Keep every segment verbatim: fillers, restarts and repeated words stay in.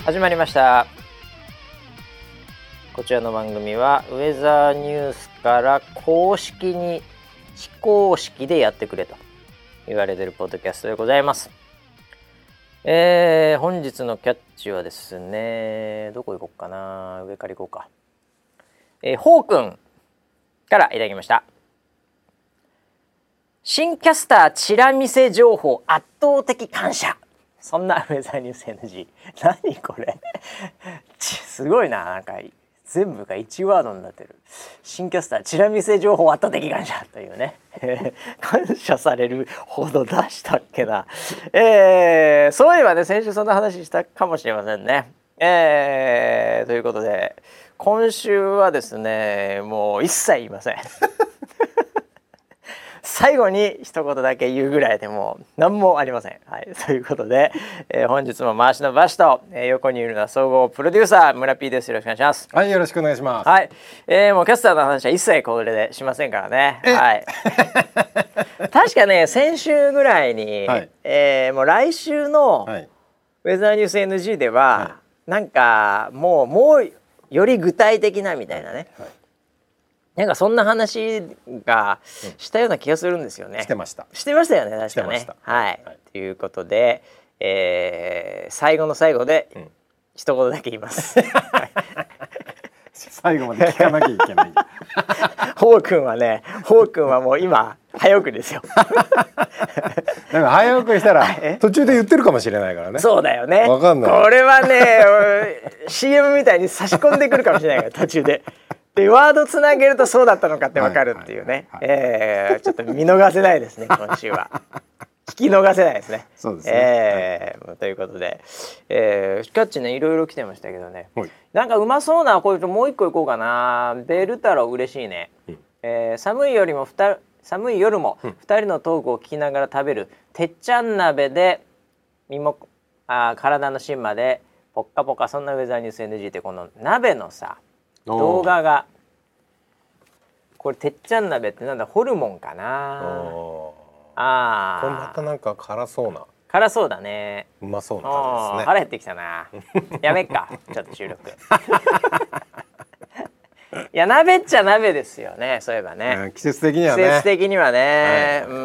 始まりました。こちらの番組はウェザーニュースから公式に非公式でやってくれと言われているポッドキャストでございます。えー、本日のキャッチはですね、どこ行こうかな、上から行こうか。えー、ホーくんからいただきました。新キャスターチラ見せ情報圧倒的感謝。そんなウェザーニュース エヌジー 何これすごいな、なんか全部がいちワードになってる。新キャスターチラ見せ情報圧倒的感謝というね感謝されるほど出したっけな、えー、そういえばね、先週そんな話したかもしれませんね。えー、ということで今週はですね、もう一切言いません最後に一言だけ言うぐらいでも何もありません。はい、ということで、えー、本日も回しのバシと、えー、横にいるのは総合プロデューサー村 P です。よろしくお願いします。 はい、よろしくお願いします。 はい、えー、もうキャスターの話は一切これでしませんからね。はい。確かね、先週ぐらいに、はい、えー、もう来週のウェザーニュース エヌジー では、はい、なんかもうもうより具体的なみたいなね。はい、なんかそんな話がしたような気がするんですよね。 してました。 してましたよね、確かね。はい。と、はい、いうことで、えー、最後の最後で一言だけ言います。 最後まで聞かなきゃいけない。 ホー君はね、ホー君はもう今早送りですよ。 なんか早送りしたら途中で言ってるかもしれないからね。 そうだよね。 わかんない。 これはね、シーエム みたいに差し込んでくるかもしれないから途中で。でワードつなげるとそうだったのかって分かるっていうね、えー、ちょっと見逃せないですね今週は。聞き逃せないですね。 そうですね。 えーはい、ということで、えー、キャッチね、いろいろ来てましたけどね、なんかうまそうな、これもう一個いこうかな。ベル太郎嬉しいね、うんえー、寒いよりもふた寒い夜もふたりのトークを聞きながら食べるてっちゃん鍋で身もあ体の芯までポッカポカ、そんなウェザーニュース エヌジー ってこの鍋のさ動画が、これてっちゃん鍋ってなんだ、ホルモンかなあ。 これまたなんか辛そうな、 辛そうだね、 うまそうな感じですね。 腹減ってきたなやめっかちょっと収録いや、鍋っちゃ鍋ですよね、そういえばね、 うん、季節的にはね、 季節的にはね、はい、うん、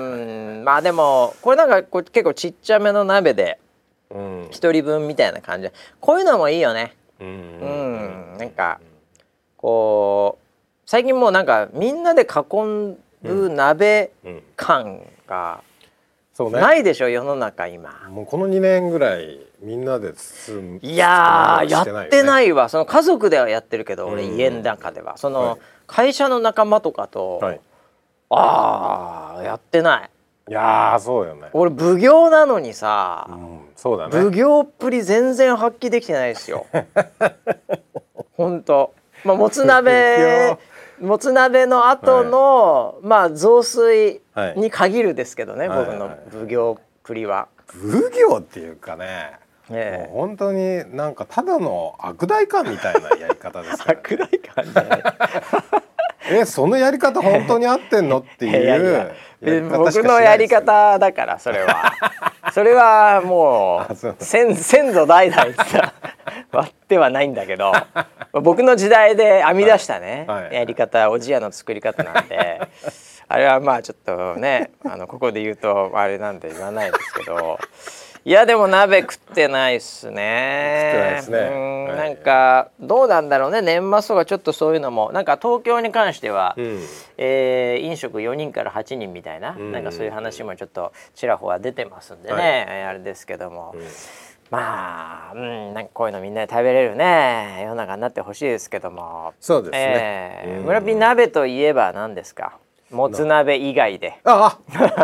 まあでもこれなんかこれ結構ちっちゃめの鍋で一、うん、人分みたいな感じで、こういうのもいいよね。うん、うん、なんかこう最近もうなんかみんなで囲む鍋感がないでしょ、世の中今。 もうこのにねんぐらいみんなで住む、 いやーやってないわ。その家族ではやってるけど、俺家の中ではその会社の仲間とかと、はい、あーやってない。 いやーそうよね。 俺奉行なのにさ、 うん、そうだね、 奉行っぷり全然発揮できてないですよほんと。まあ、もつ鍋もつ鍋の後の、はい、まあ雑炊に限るですけどね、はい、僕の奉行っぷりは。 奉行っていうかね、ええ、もう本当になんかただの悪代官みたいなやり方ですから、ね、 悪代官ねえ、そのやり方本当に合ってんのっていうやり方しかしないですよ。 僕のやり方だからそれはそれはもう先, 先祖代々さ割ってはないんだけど僕の時代で編み出したね、はいはい、やり方、おじやの作り方なんであれはまあちょっとね、あのここで言うとあれなんで言わないですけど、いやでも鍋食ってないっすね。 食ってないですね。 うん、はい、なんかどうなんだろうね、年末とかちょっとそういうのもなんか東京に関しては、うん、えー、飲食よにんからはちにんみたいな、うん、なんかそういう話もちょっとちらほら出てますんでね、はい、あれですけども、うん、まあ、うん、なんかこういうのみんなで食べれるね世の中になってほしいですけども。 そうですね、 えー、村ピン鍋といえば何ですか？もつ鍋以外で。 あ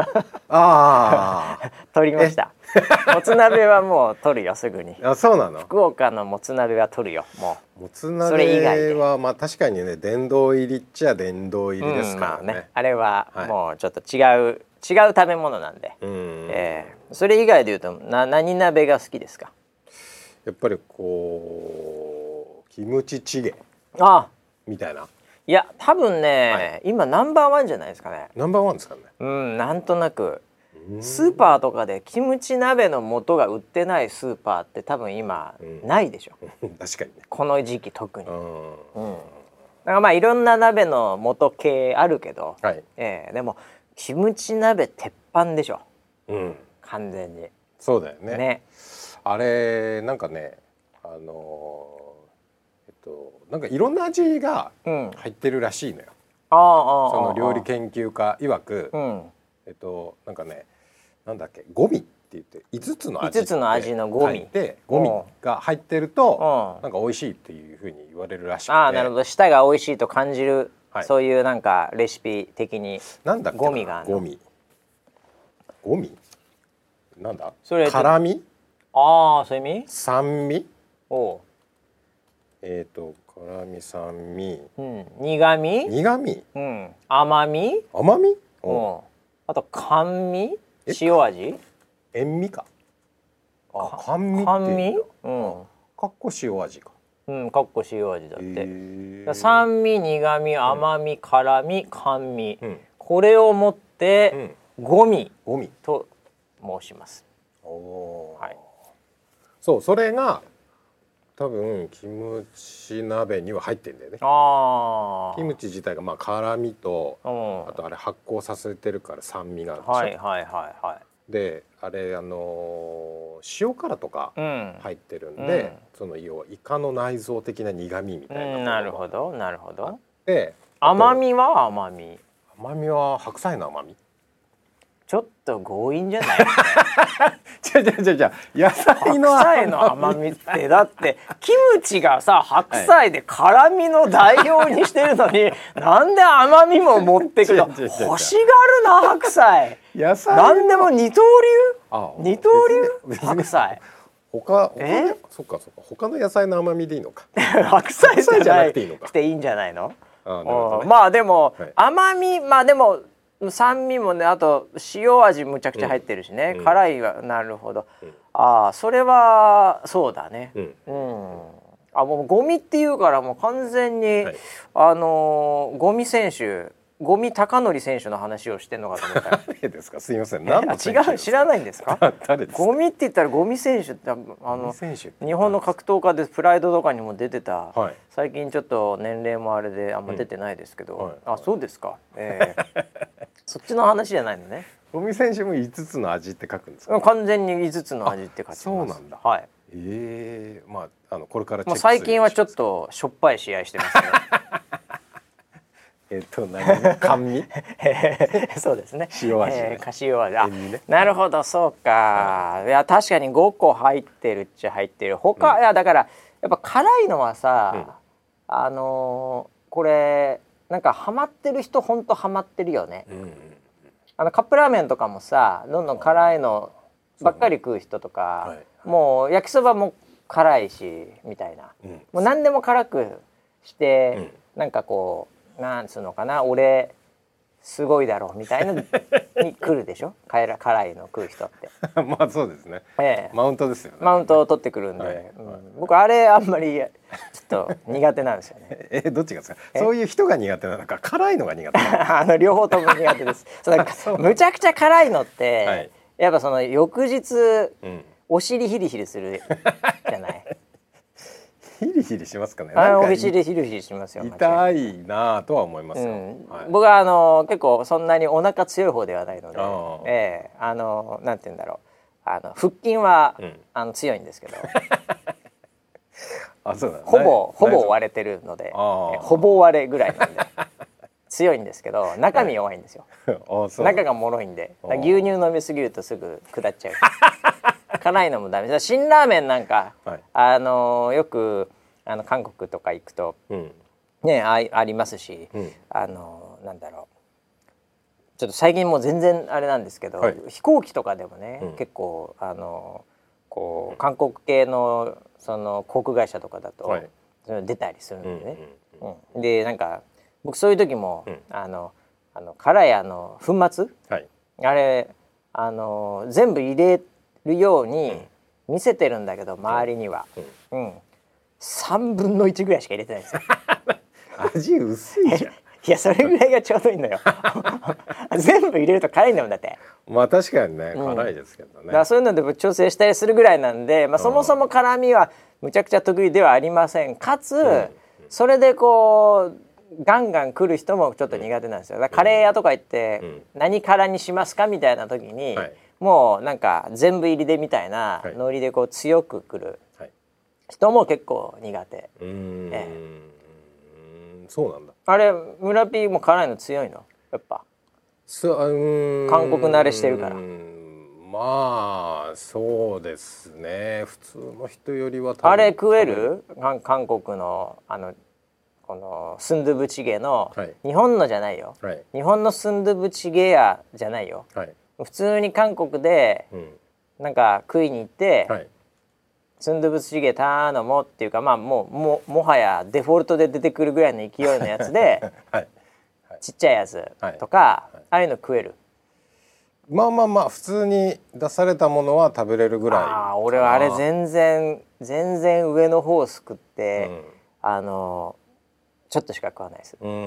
あ取りました。もつ鍋はもう取るよ、すぐに。 あ、そうなの。 福岡のもつ鍋は取るよ、もう。 もつ鍋はまあ確かにね、殿堂入りっちゃ殿堂入りですからね。 うん、まあね、あれはもうちょっと違う、はい、違う食べ物なんで。うん、えー、それ以外でいうとな何鍋が好きですか？ やっぱりこうキムチチゲみたいな。 いや多分ね、はい、今ナンバーワンじゃないですかね。 ナンバーワンですかね。 うん、なんとなく。 スーパーとかでキムチ鍋の素が売ってないスーパーって多分今ないでしょ、 うん、確かにねこの時期特に、うん、 うん、 だからまあいろんな鍋の素系あるけど、はい、えー、でもキムチ鍋鉄板でしょ、うん、完全にそうだよね。 ね、 あれなんかねあのー、えっとなんかいろんな味が入ってるらしいのよ、うん、あその料理研究家曰く、うん、えっとなんかねなんだっけゴミって言っていつつの味っていつつの味のゴミでゴミが入ってるとなんか美味しいっていうふうに言われるらしくて、 ああなるほど、舌が美味しいと感じる、はい、そういうなんかレシピ的になんだっけゴミがあるの。 ゴミゴミなんだそれ辛み、 ああそういう意味、 酸味、 おえっ、ー、と辛み酸味、 うん、苦味苦味、 うん、甘み甘み、 おあと甘味塩味塩味かあ甘味甘味うんかっこ塩味かうんかっこ塩味だって、えー、酸味苦味甘み、うん、辛味甘味、うん、これをもって、うん、ゴミゴミと申します。 お、はい、そうそれが多分キムチ鍋には入ってんだよね。あキムチ自体がまあ辛みと、うん、あとあれ発酵させてるから酸味があるでしょ。 はいはいはいはい。 であれあのー、塩辛とか入ってるんで、うん、その要はイカの内臓的な苦味みたいなものが、うん、 なるほどなるほど。 で甘みは甘み甘みは白菜の甘みちょっと強引じゃない？ じゃじゃじゃじゃ野菜の白菜の甘みってだってキムチがさ白菜で辛みの代表にしてるのに、はい、なんで甘みも持ってくるの？欲しがるな白菜。 野菜なんでも二刀流？二刀流？白菜。 他他そっかそっか他の野菜の甘みでいいのか。 白菜じゃなくていいのか。していいんじゃないの？あ、ね、まあでも、はい、甘みまあでも。酸味もねあと塩味むちゃくちゃ入ってるしね、うん、辛いはなるほど、うん、ああそれはそうだね、うん、うん、あもうゴミっていうからもう完全に、はい、あのー、ゴミ選手ゴミ貴則選手の話をしてんのかと思ったら誰ですかすいません何の選手ですか？違う知らないんですか？ 誰ですか？ ゴミって言ったらゴミ選手ってあの日本の格闘家でプライドとかにも出てた、はい、最近ちょっと年齢もあれであんま出てないですけど、うんはい、あそうですか、えー、そっちの話じゃないのね。 ゴミ選手もいつつの味って書くんですか？ 完全にいつつの味って書きます。 そうなんだ。 はい。 ええー、まああのこれからチェックする。 最近はちょっとしょっぱい試合してますね。 えっと何甘味そうですね塩味、ね、 えー、塩味あ、ね、なるほどそうか、いや確かにごこ入ってるっちゃ入ってる他、うん、いやだからやっぱ辛いのはさ、うん、あのー、これなんかハマってる人ほんとハマってるよね、うん、あのカップラーメンとかもさどんどん辛いのばっかり食う人とか、ねはい、もう焼きそばも辛いしみたいな、うん、もう何でも辛くして、うん、なんかこうなんつうのかな俺すごいだろうみたいなに来るでしょ辛いの食う人ってまあそうですね、ええ、マウントですよね。 マウントを取ってくるんで、はいうん、僕あれあんまりちょっと苦手なんですよねえどっちがですか？そういう人が苦手なのか辛いのが苦手なのかあの両方とも苦手ですそうむちゃくちゃ辛いのって、はい、やっぱその翌日、うん、お尻ヒリヒリするじゃないヒリヒリしますかね。 あお尻ヒリヒリしますよ。 痛いなとは思いますよ、 うんはい、僕はあの結構そんなにお腹強い方ではないので、あ、えー、あのなんて言うんだろうあの腹筋は、うん、あの強いんですけどあそうだほぼほぼ割れてるので、えー、ほぼ割れぐらいなんで強いんですけど中身弱いんですよ、はい、中が脆いんで牛乳飲みすぎるとすぐ下っちゃう辛いのもダメだ。辛ラーメンなんか、はい、あのよくあの韓国とか行くと、うん、ね あ, ありますし、うん、あのなんだろうちょっと最近もう全然あれなんですけど、はい、飛行機とかでもね、うん、結構あのこう韓国系のその航空会社とかだと、はい、それ出たりするんでね、うんうんうん、でなんか僕そういう時も、うん、あのあの辛いあの粉末、はい、あれあの全部入れるように見せてるんだけど、周りには、うんうん、さんぶんのいちぐらいしか入れてないんですよ味薄いじゃんいやそれぐらいがちょうどいいのよ全部入れると辛いんだもんだってまあ確かにね、辛いですけどね、うん、 だからそういうので調整したりするぐらいなんで、まあ、そもそも辛みはむちゃくちゃ得意ではありません。かつ、うん、それでこうガンガン来る人もちょっと苦手なんですよ。だからカレー屋とか行って、うん、何辛にしますかみたいな時に、はい、もうなんか全部入りでみたいなノリでこう強く来る人も結構苦手、 うーん、ええ、そうなんだ。 あれ村ピーも辛いの強いのやっぱ。 そう、 韓国慣れしてるから。 まあそうですね、普通の人よりはあれ食える？韓国のあのこのスンドゥブチゲの、はい、日本のじゃないよ、はい、日本のスンドゥブチゲ屋じゃないよ、はい、普通に韓国で、うん、なんか食いに行って、はい、スンドゥブチゲ頼もっていうか、まあもう も, もはやデフォルトで出てくるぐらいの勢いのやつで、はいはい、ちっちゃいやつとか、はいはい、ああいうの食える？ まあまあまあ普通に出されたものは食べれるぐらい。 ああ、俺はあれ全然全然上の方すくって、うん、あのちょっとしか食わないです。うん、うん、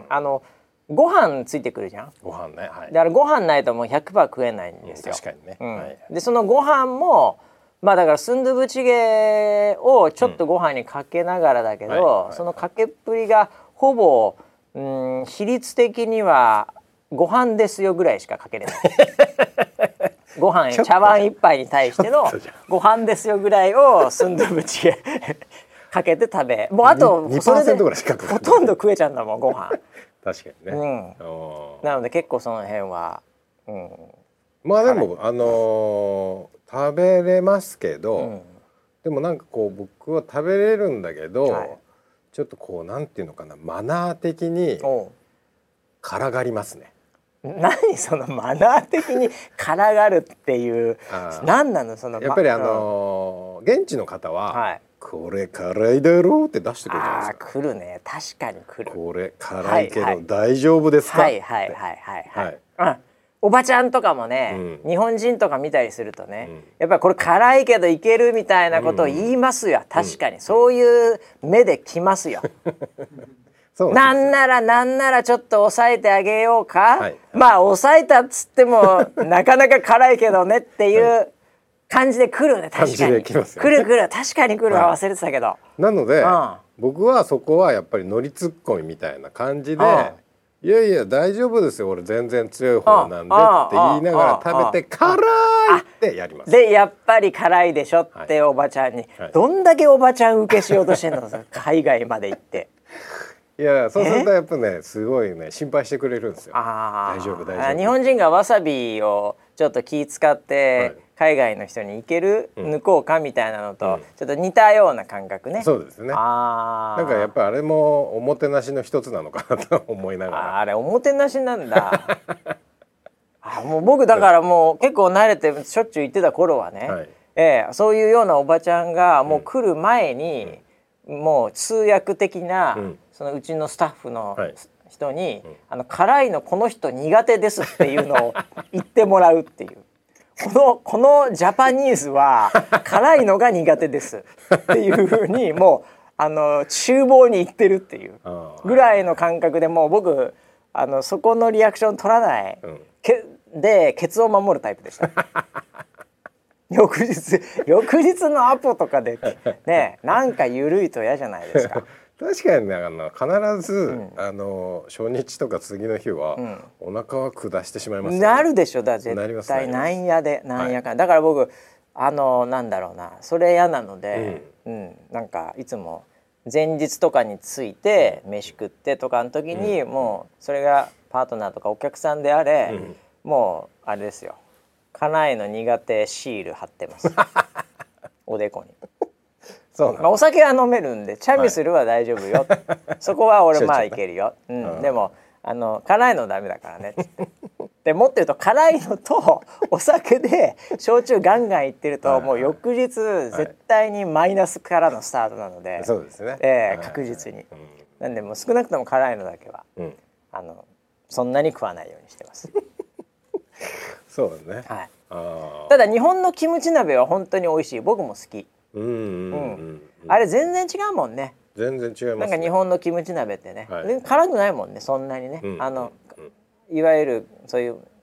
あのご飯ついてくるじゃん。 ご飯ね。はい。 だからご飯ないともう ひゃくパーセント 食えないんですよ。 うん、確かにね。 うんはい、 でそのご飯もまあだからスンドゥブチゲをちょっとご飯にかけながらだけど、うんはいはい、そのかけっぷりがほぼ、うん、比率的にはご飯ですよぐらいしかかけれない。ご飯茶碗一杯に対してのご飯ですよぐらいをスンドゥブチゲかけて食べ、もうあとそれでほとんど食えちゃうんだもんご飯。 確かにね、 うん、なので結構その辺は、うん、 まあでもあのー、食べれますけど、うん、でもなんかこう僕は食べれるんだけど、はい、ちょっとこうなんていうのかな、マナー的に辛がりますね。 何そのマナー的に辛がるっていう何なのその。 やっぱりあのー、現地の方は、はい、これ辛いだろうって出してくるじゃないですか。 あー来るね、確かに来る。 これ辛いけど大丈夫ですか、 はいはいはいはいはい、はい、おばちゃんとかもね、うん、日本人とか見たりするとね、うん、やっぱりこれ辛いけどいけるみたいなことを言いますよ、うん、確かに、うん、そういう目で来ますよ。そうなんですよ。なんならなんならちょっと抑えてあげようか、はい、まあ抑えたっつってもなかなか辛いけどねっていう感じで来るね、確かに。来ますよね、来る来る、確かに来るは忘れてたけど、はい、 なので、うん、僕はそこはやっぱりノリツッコミみたいな感じで、うん、いやいや大丈夫ですよ俺全然強い方なんでって言いながら食べて辛いってやります。 でやっぱり辛いでしょっておばちゃんに、はい、どんだけおばちゃん受けしようとしてんの海外まで行って。 いやそうするとやっぱねすごいね心配してくれるんですよ。大丈夫大丈夫。 日本人がわさびをちょっと気使って海外の人に行ける、はい、抜こうかみたいなのとちょっと似たような感覚ね、うん、 そうですね。あなんかやっぱりあれもおもてなしの一つなのかなと思いながら。 あ, あれおもてなしなんだ。あもう僕だからもう結構慣れてしょっちゅう行ってた頃はね、はいえー、そういうようなおばちゃんがもう来る前に、うん、もう通訳的な、うんそのうちのスタッフの人に、はいうん、あの辛いのこの人苦手ですっていうのを言ってもらうっていう。このこのジャパニーズは辛いのが苦手ですっていうふうにもうあの厨房に行ってるっていうぐらいの感覚でもう僕あのそこのリアクション取らない、うん、けでケツを守るタイプでした。翌日翌日のアポとかでねなんか緩いと嫌じゃないですか。 確かにねあの必ず、うん、あの初日とか次の日は、うん、お腹は下してしまいます、ね、 なるでしょ。だ絶対なんやでなんやかん、はい、だから僕あのなんだろうなそれ嫌なので、うんうん、なんかいつも前日とかについて飯食ってとかの時に、うん、もうそれがパートナーとかお客さんであれ、うん、もうあれですよ辛いの苦手シール貼ってます。おでこに。そうまあ、お酒は飲めるんでチャミスルは大丈夫よ、はい、そこは俺まあいけるよ、うん、でもあの辛いのダメだからねってでもっと言うと辛いのとお酒で焼酎ガンガンいってると、はいはい、もう翌日絶対にマイナスからのスタートなので、はい、 そうですね、 えー、確実に、はいはいはい、なんでもう少なくとも辛いのだけは、うん、あのそんなに食わないようにしてます。 そうだね、 はい、あただ日本のキムチ鍋は本当に美味しい。僕も好き。うんうんうんうん、あれ全然違うもんね。 全然違いますね。 なんか日本のキムチ鍋ってね、はい、辛くないもんねそんなにね、うん、あの、うん、いわゆるそういう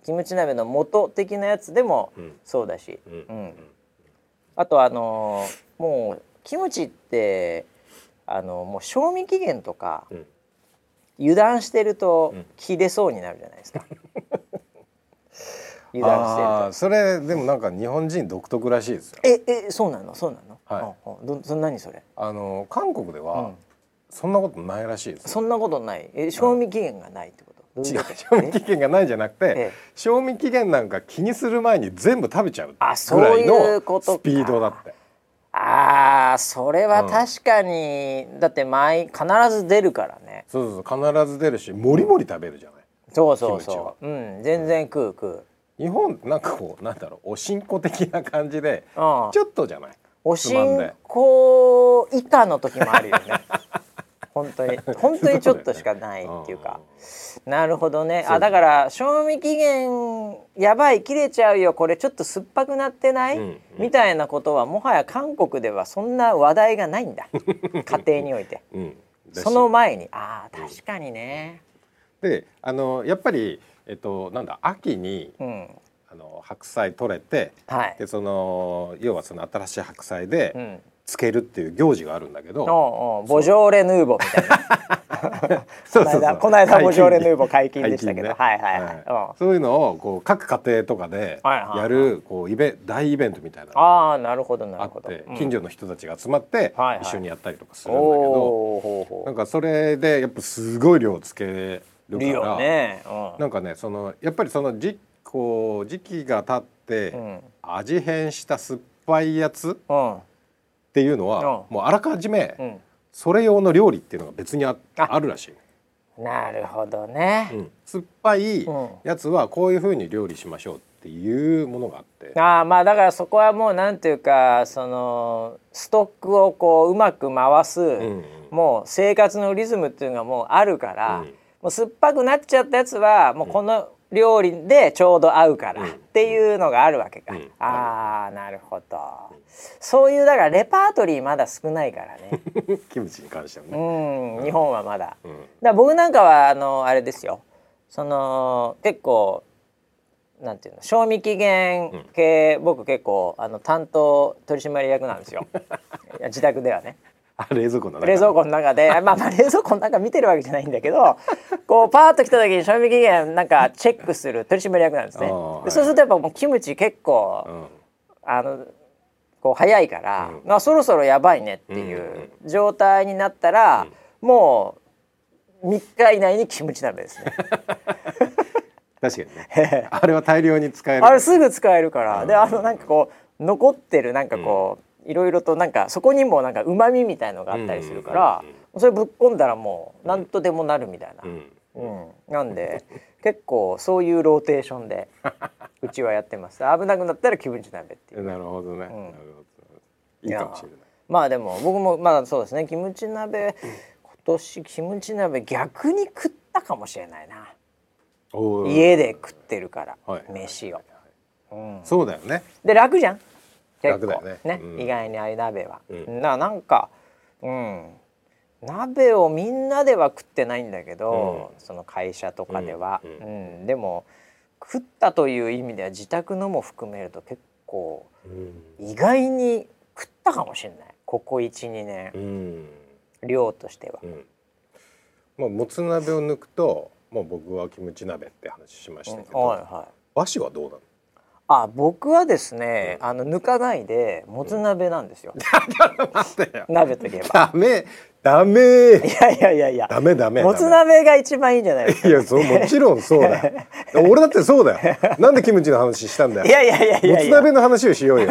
キムチ鍋の元的なやつでもそうだし、うんうん、あとあのー、もうキムチってあのもう賞味期限とか、うん、油断してると切れそうになるじゃないですか、うん、油断してると。 あそれでもなんか日本人独特らしいですよ。 ええそうなのそうなの、はい、あどそ何それ。 あの韓国では、うん、そんなことないらしいです。 そんなことない。え賞味期限がないってこと、 違う、賞味期限がないじゃなくて、ええ、賞味期限なんか気にする前に全部食べちゃうぐらいのスピードだって。 ああそれは確かに、うん、だって毎必ず出るからね。 そうそう必ず出るしもりもり食べるじゃない、 うん、そうそうそう、うん、全然食う食う。 日本なんかこうなんだろうおしんこ的な感じで、うん、ちょっとじゃない。 おしんこ以下の時もあるよね本当に本当にちょっとしかないっていうかなるほどね。あだから賞味期限やばい切れちゃうよこれちょっと酸っぱくなってない、うんうん、みたいなことはもはや韓国ではそんな話題がないんだ家庭において、うん、その前にあ確かにね、 うん、であのやっぱり、えっと、なんだ秋に、うん、あの白菜取れて、はい、でその要はその新しい白菜で、うんつけるっていう行事があるんだけど、 おうおうボジョーレヌーボーみたいなそうそうそうこの間ボジョーレヌーボー解禁でしたけど、ね、はいはいはい、 はい、そういうのをこう各家庭とかでやるこうイベ大イベントみたいなのがあって、なるほどなるほど、 近所の人たちが集まって一緒にやったりとかするんだけど、なんかそれでやっぱすごい量つけるから、ねうん、なんかねそのやっぱりその時こう時期が経って味変した酸っぱいやつ、うんっていうのは、うん、もうあらかじめ、うん、それ用の料理っていうのが別に あ, あるらしい。 なるほどね、 うん、酸っぱいやつはこういう風に料理しましょうっていうものがあって、 あまあだからそこはもうなんていうかそのストックをこううまく回す、うんうん、もう生活のリズムっていうのがもうあるから、うん、もう酸っぱくなっちゃったやつはもうこの料理でちょうど合うからっていうのがあるわけか、うんうん、ああなるほど、うん、そういうだからレパートリーまだ少ないからねキムチに関してはね、 うん、日本はまだ、うん、だから僕なんかはあのあれですよその結構なんていうの賞味期限系、うん、僕結構あの担当取締役なんですよ自宅ではね冷蔵庫の中冷蔵庫の中でまあまあ冷蔵庫の中見てるわけじゃないんだけどこうパーッと来た時に賞味期限なんかチェックする取締役なんですね。でそうするとやっぱもうキムチ結構、うん、あのこう早いから、うんまあ、そろそろやばいねっていう状態になったら、うん、もうみっか以内にキムチ鍋ですね確かにねあれは大量に使える、 あれすぐ使えるから、うん、であのなんかこう残ってるなんかこう、うんいろいろとなんかそこにもなんか旨味みたいのがあったりするから、それぶっ込んだらもう何とでもなるみたいな、うんうん、なんで結構そういうローテーションでうちはやってます。危なくなったらキムチ鍋っていう。 なるほどね、うん、なるほどいいかもしれない。 まあでも僕もまあそうですねキムチ鍋今年キムチ鍋逆に食ったかもしれないな。家で食ってるから、はい、飯を、 うん、そうだよね。 で楽じゃん結構楽だよね、 ね、 うん、 意外にああいう鍋は、うん、な, なんか、うん、鍋をみんなでは食ってないんだけど、うん、その会社とかでは、うんうんうん、でも食ったという意味では自宅のも含めると結構、うん、意外に食ったかもしれないここ いちにねん、うん、量としては、うんまあ、もつ鍋を抜くともう僕はキムチ鍋って話しましたけど、うんはいはい、和紙はどうなの？ あ僕はですね、うん、あの抜かないでもつ鍋なんですよ、うん、 ちょっと待ってよ鍋といえばダメダメいやいやいやいやダメダメもつ鍋が一番いいんじゃないですか。 いやそうもちろんそうだよ俺だってそうだよなんでキムチの話したんだよ。 いやいやいやいやもつ鍋の話をしようよ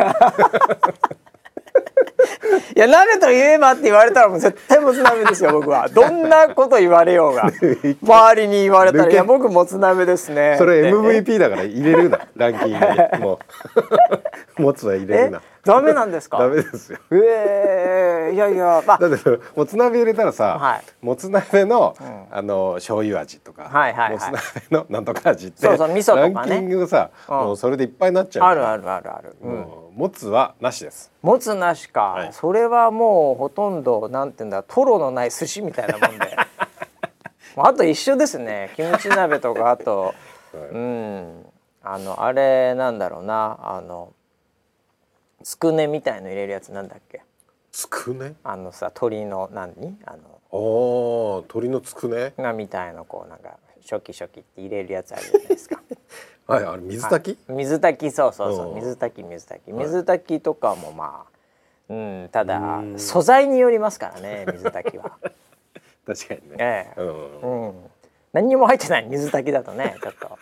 いや鍋といえばって言われたらもう絶対もつ鍋ですよ僕はどんなこと言われようが周りに言われたらいや僕もつ鍋ですねそれ エムブイピー だから入れるなランキングにもうもつは入れるな。 ダメなんですか？ ダメですよ。 えー、いやいや、まあ、 だってもつ鍋入れたらさ、はい、もつ鍋の、うん、あの醤油味とか、はいはいはい、もつ鍋のなんとか味ってそうそう味噌とかねランキングがさ、うん、もうそれでいっぱいになっちゃうから。 あるあるあるある。 うん、もつはなしです。 もつなしか、はい、それはもうほとんどなんていうんだトロのない寿司みたいなもんであと一緒ですねキムチ鍋とかあと、はい、うんあのあれなんだろうな、あのつくねみたいの入れるやつなんだっけ。 つくね？ あのさ、鶏の何あのああ、鶏のつくねがみたいのこうなんか初期初期って入れるやつあるじゃないですか。 はい、あれ水炊き？ 水炊き、そうそうそう、水炊き水炊き水炊きとかもまあ、うん、ただ素材によりますからね、水炊きは。 確かにね。 ええ、うん、うん、何にも入ってない水炊きだとね、ちょっと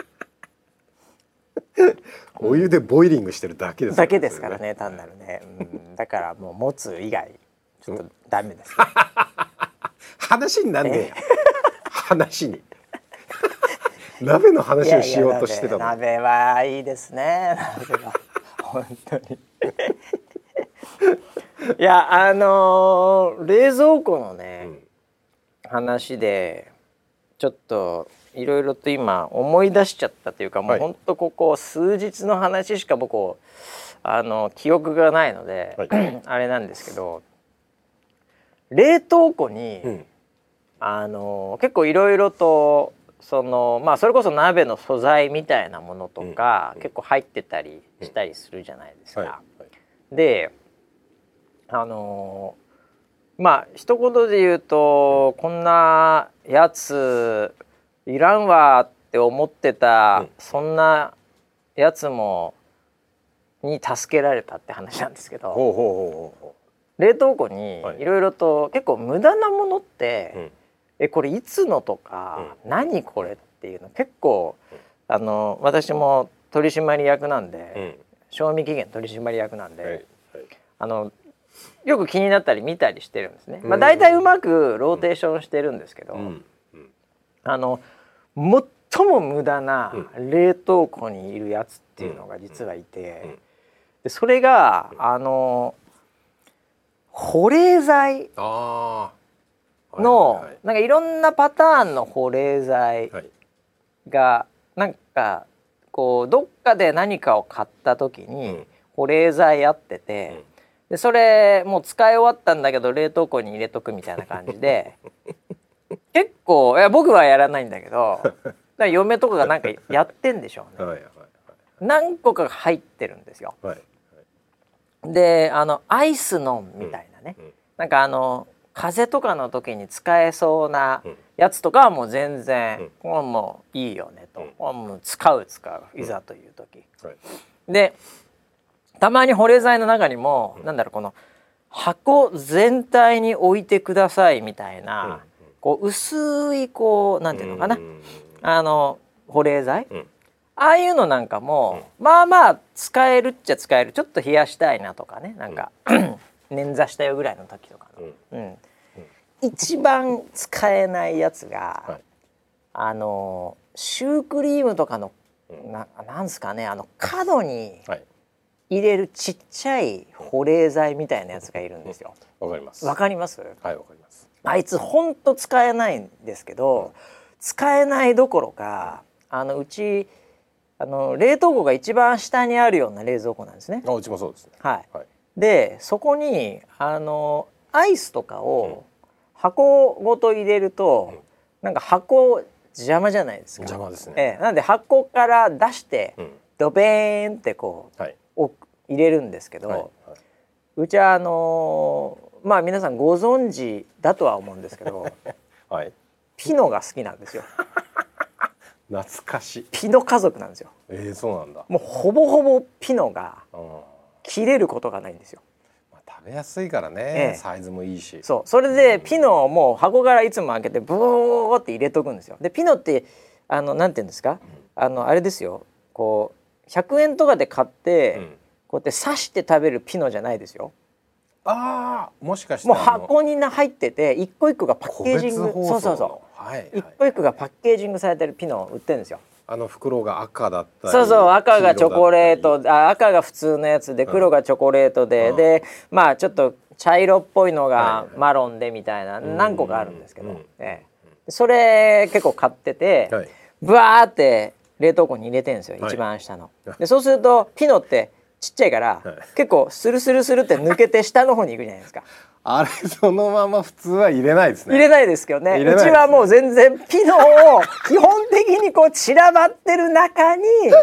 お湯でボイリングしてるだけです、 ね、だけですからね、単なるね、うん、だからもうもつ以外ちょっとダメです、ね、 話になんねえよ、話に鍋の話をしようとしてたの。 鍋はいいですね、鍋は本当にいや、あのー、冷蔵庫のね、うん、話でちょっといろいろと今思い出しちゃったというか、もうほんとここ数日の話しか僕あの記憶がないので、はい、あれなんですけど、冷凍庫に、うん、あの結構いろいろとそのまあそれこそ鍋の素材みたいなものとか、うん、結構入ってたりしたりするじゃないですか。うん、はい、であのまあ一言で言うと、こんなやついらんわって思ってた、うん、そんなやつもに助けられたって話なんですけど、ほうほうほうほう、冷凍庫にいろいろと結構無駄なものって、うん、えこれいつのとか、うん、何これっていうの結構、うん、あの私も取締役なんで、うん、賞味期限取締役なんで、はいはい、あのよく気になったり見たりしてるんですね。まあ、大体うまくローテーションしてるんですけど、うんうん、あの最も無駄な冷凍庫にいるやつっていうのが実はいて、でそれがあの保冷剤の、はいはいはい、なんかいろんなパターンの保冷剤がなんかこうどっかで何かを買った時に保冷剤あってて、うん、でそれもう使い終わったんだけど冷凍庫に入れとくみたいな感じで結構いや僕はやらないんだけどだから嫁とかがなんかやってんでしょうね。はいはいはい、何個か入ってるんですよ。はいはい、であのアイスノンみたいなね、うんうん、なんかあの風邪とかの時に使えそうなやつとかはもう全然、うん、これもういいよねと、うん、もう使う使ういざという時、うん、はい、でたまに保冷剤の中にも、うん、なんだろうこの箱全体に置いてくださいみたいな、うん、こう薄いこうなんていうのかな、うん、あの保冷剤、うん、ああいうのなんかも、うん、まあまあ使えるっちゃ使える、ちょっと冷やしたいなとかね、なんか、うん、捻挫したよぐらいの時とかの、うんうん、一番使えないやつが、はい、あのシュークリームとかの、うん、な, なんすかね、あの角に入れるちっちゃい保冷剤みたいなやつがいるんですよ。 わかります。 わかります？ はい、わかります。 あいつほんと使えないんですけど、うん、使えないどころか、あのうちあの冷凍庫が一番下にあるような冷蔵庫なんですね。 あ、うちもそうですね。 はい。はい、でそこにあのアイスとかを箱ごと入れると、うん、なんか箱邪魔じゃないですか。 邪魔ですね。 ええ、なんで箱から出して、うん、ドベーンってこう、はい、入れるんですけど、はいはい、うちはあのー、まあ皆さんご存知だとは思うんですけど、はい、ピノが好きなんですよ。 懐かしい。 ピノ家族なんですよ。 えー、そうなんだ。 もうほぼほぼピノが切れることがないんですよ。 まあ、食べやすいからね、ええ、サイズもいいし。 そう、それでピノをもう箱からいつも開けてブーって入れとくんですよ。でピノってあのなんていうんですか、うん、あのあれですよ、こうひゃくえんとかで買って、うん、こうやって刺して食べるピノじゃないですよ。 ああ、もしかしてもう箱に入ってて一個一個がパッケージング、そうそうそう、はいはい、一個一個がパッケージングされてるピノを売ってるんですよ。 あの袋が赤だったり、 そうそう、赤がチョコレート、あ赤が普通のやつで黒がチョコレートで、うん、でまあちょっと茶色っぽいのがマロンでみたいな何個かあるんですけど、うん、ええ、それ結構買ってて、はい、ブワーって冷凍庫に入れてるんですよ、はい、一番下の。でそうするとピノってちっちゃいから、はい、結構スルスルスルって抜けて下の方に行くじゃないですか。 あれそのまま普通は入れないですね。 入れないですけどね。うちはもう全然ピノを基本的にこう散らばってる中に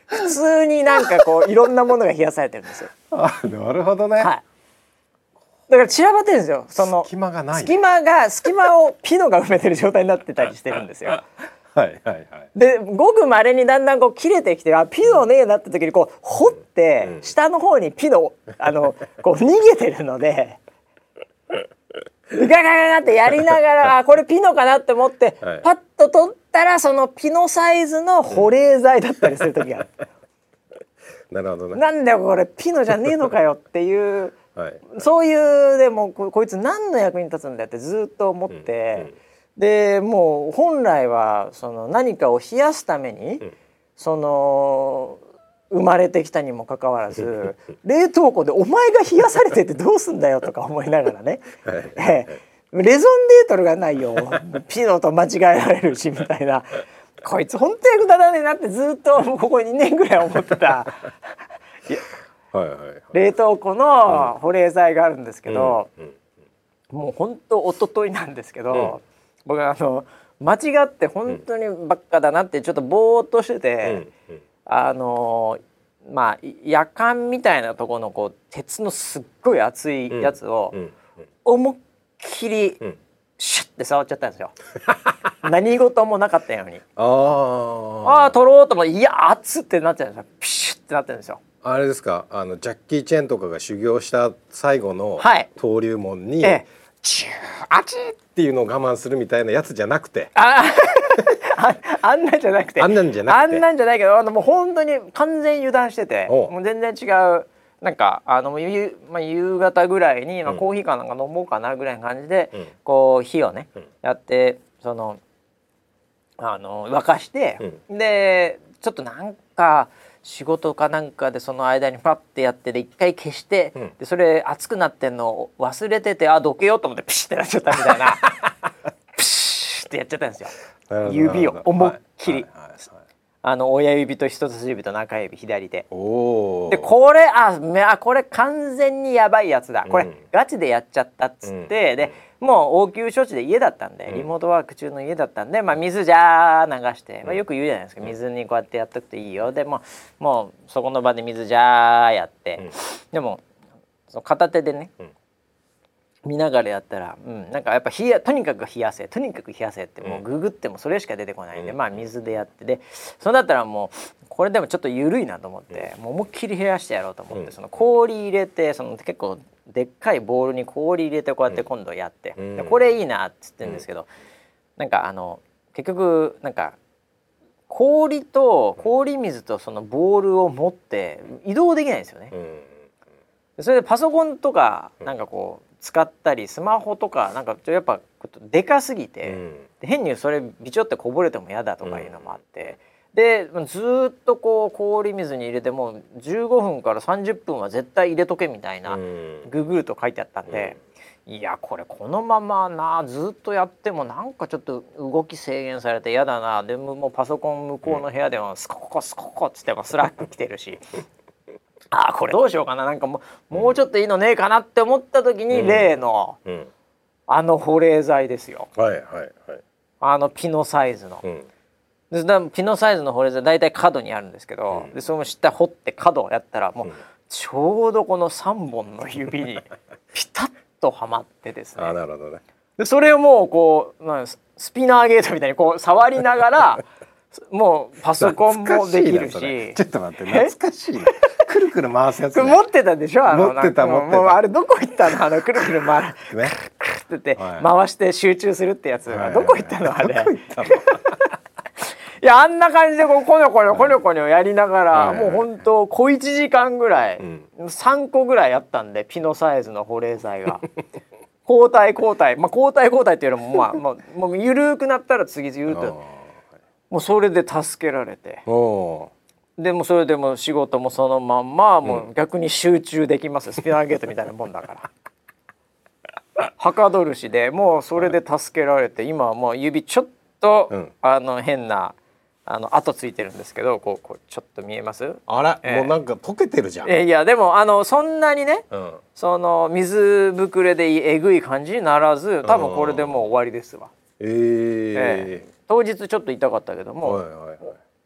普通になんかこういろんなものが冷やされてるんですよ。 あ、なるほどね。はい。 だから散らばってるんですよ。その隙間がない、ね。 隙間が隙間をピノが埋めてる状態になってたりしてるんですよ。 はいはいはい。 でごく稀にだんだんこう切れてきて、あピノねえなった時にこう掘って下の方にピノあのこう逃げてるので。ガガガガってやりながらあこれピノかなって思って、はい、パッと取ったらそのピノサイズの保冷剤だったりする時がある。 なるほどね。 なんだよこれピノじゃねえのかよっていう、はい、そういうでも こ, こいつ何の役に立つんだよってずっと思って、うんうん、でもう本来はその何かを冷やすために、うん、その生まれてきたにもかかわらず冷凍庫でお前が冷やされててどうすんだよとか思いながらねレゾンデートルがないよピノと間違えられるしみたいなこいつ本当役立たねえなってずっとここにねんぐらい思ってたはいはい、はい、冷凍庫の保冷剤があるんですけど、うんうん、もう本当一昨日なんですけど、うん、僕あの間違って本当にばっかだなってちょっとぼーっとしてて、うんうん、あのまあ夜間みたいなところのこう鉄のすっごい熱いやつを思いっきりシュッて触っちゃったんですよ。何事もなかったように。ああ取ろうと思っていや熱ってなっちゃうんですよ。ピシュッてなってるんですよ。 あれですか、あのジャッキー・チェンとかが修行した最後の登竜門に、はい、チューあちーっていうのを我慢するみたいなやつじゃなくて。ああ, あんなんじゃなくてあんなんじゃなくてあんなんじゃないけどあのもう本当に完全油断しててもう全然違うなんかあの夕、まあ、夕方ぐらいに、まあ、コーヒーかなんか飲もうかなぐらいの感じで、うん、こう火をね、うん、やってそのあの沸かして、うん、でちょっとなんか仕事かなんかでその間にパッてやってで一回消して、うん、でそれ熱くなってんのを忘れててあどけようと思ってピシッてなっちゃったみたいなピシッってやっちゃったんですよ。指を思いっきり、はいはいはいはい、あの親指と人差し指と中指左手でこれあこれ完全にやばいやつだこれ、うん、ガチでやっちゃったっつって、うん、でもう応急処置で家だったんで、うん、リモートワーク中の家だったんで、まあ、水じゃー流して、まあ、よく言うじゃないですか、うん、水にこうやってやっとくといいよでももうそこの場で水じゃーやって、うん、でもその片手でね、うん見ながらやったら、うん、なんかやっぱ冷やとにかく冷やせとにかく冷やせってもうググってもそれしか出てこないんで、うん、まあ水でやってでそれだったらもうこれでもちょっと緩いなと思って、うん、もう思いっきり冷やしてやろうと思って、うん、その氷入れてその結構でっかいボウルに氷入れてこうやって今度やって、うん、でこれいいなっつってるんですけど、うん、なんかあの結局なんか氷と氷水とそのボウルを持って移動できないんですよね。うん、それでパソコンとかなんかこう使ったりスマホとかなんかやっぱでかすぎて、うん、で変にそれビチョってこぼれても嫌だとかいうのもあって、うん、でずっとこう氷水に入れてもじゅうごふんからさんじゅっぷんは絶対入れとけみたいな、うん、ググると書いてあったんで、うん、いやこれこのままなずっとやってもなんかちょっと動き制限されて嫌だなでももうパソコン向こうの部屋ではスココスココっつってもスラック来てるしあこれどうしようかななんかもう、もうちょっといいのねえかなって思った時に、うん、例の、うん、あの保冷剤ですよ。はいはいはい。あのピノサイズの。うん、でだピノサイズの保冷剤大体角にあるんですけど、うん、でその下掘って角をやったらもう、うん、ちょうどこのさんぼんの指にピタッとはまってですね。あなるほどね。でそれをもうこうなんスピナーゲートみたいにこう触りながらもうパソコンもできるしちょっと待って懐かしいなくるくる回すやつ、ね、 持ってたでしょあの持ってた持ってたもうあれどこ行ったのあのくるくる回るねくるって回して集中するってやつがどこ行ったのあれどこ行ったのいやあんな感じでこうコニョコニョコニョコニョやりながら、はい、もうほんと小いちじかんぐらい、うん、さんこぐらいあったんでピノサイズの保冷剤が交代交代まあ交代交代っていうのもまあもう、もう緩くなったら次々緩くもうそれで助けられてでもそれでも仕事もそのまんまもう逆に集中できます、うん、スピナーゲートみたいなもんだからはかどるしでもうそれで助けられて今はもう指ちょっと、うん、あの変なあの跡ついてるんですけどこうこうちょっと見えますあら、えー、もうなんか溶けてるじゃん。 えー、いやでもあのそんなにね、うん、その水ぶくれでえぐい感じにならず多分これでもう終わりですわ。えー、えー当日ちょっと痛かったけども、はいはいはい、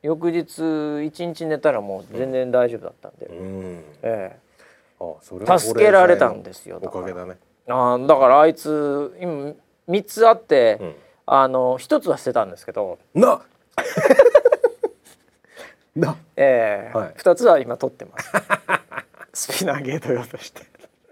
翌日一日寝たらもう全然大丈夫だったんで、うん、ええ、あそれは助けられたんですよ。 おかげだね。 あだからあいつ今みっつあって、うん、あのひとつは捨てたんですけどなな、 ええ、はい、ふたつは今取ってますスピナーゲート用として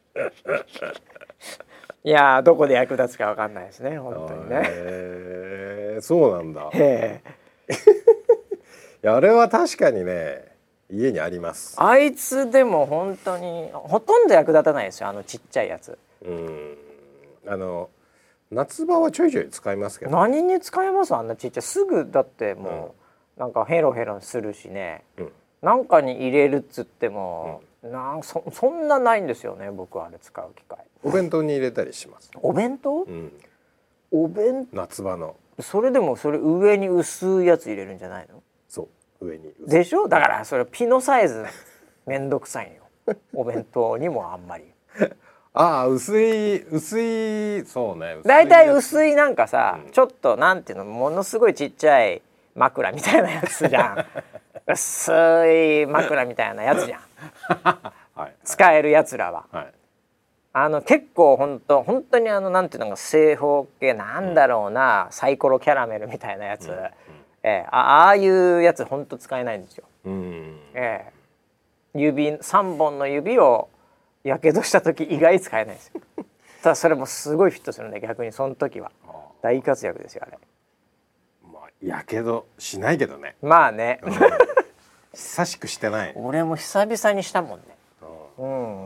いやどこで役立つか分かんないですね本当にね。 へー、そうなんだ。 へいやあれは確かにね家にあります。 あいつでも本当にほとんど役立たないですよあのちっちゃいやつ。 うんあの夏場はちょいちょい使いますけど。 何に使えますあんなちっちゃい。すぐだってもう、うん、なんかヘロヘロするしね、うん、なんかに入れるっつっても、うん、なん そ, そんなないんですよね僕はあれ使う機会。 お弁当に入れたりします。 お弁当、うん、お弁夏場のそれでもそれ上に薄いやつ入れるんじゃないの。 そう上にでしょ。だからそれピノサイズめんどくさいよお弁当にもあんまりああ薄い薄いそうね。 だいたい薄いなんかさ、うん、ちょっとなんていうのものすごいちっちゃい枕みたいなやつじゃん薄い枕みたいなやつじゃんはい、はい、使えるやつらは、はい、あの結構ほんと本当にあのなんていうのが正方形なんだろうな、うん、サイコロキャラメルみたいなやつ、うんうん、えー、あ, ああいうやつほんと使えないんですよ、うんえー、指さんぼんの指をやけどした時以外使えないですよただそれもすごいフィットするんで逆にその時は大活躍ですよあれ。 まあやけどしないけどね。 まあね、うん、 久しくしてない。 俺も久々にしたもんね。うん、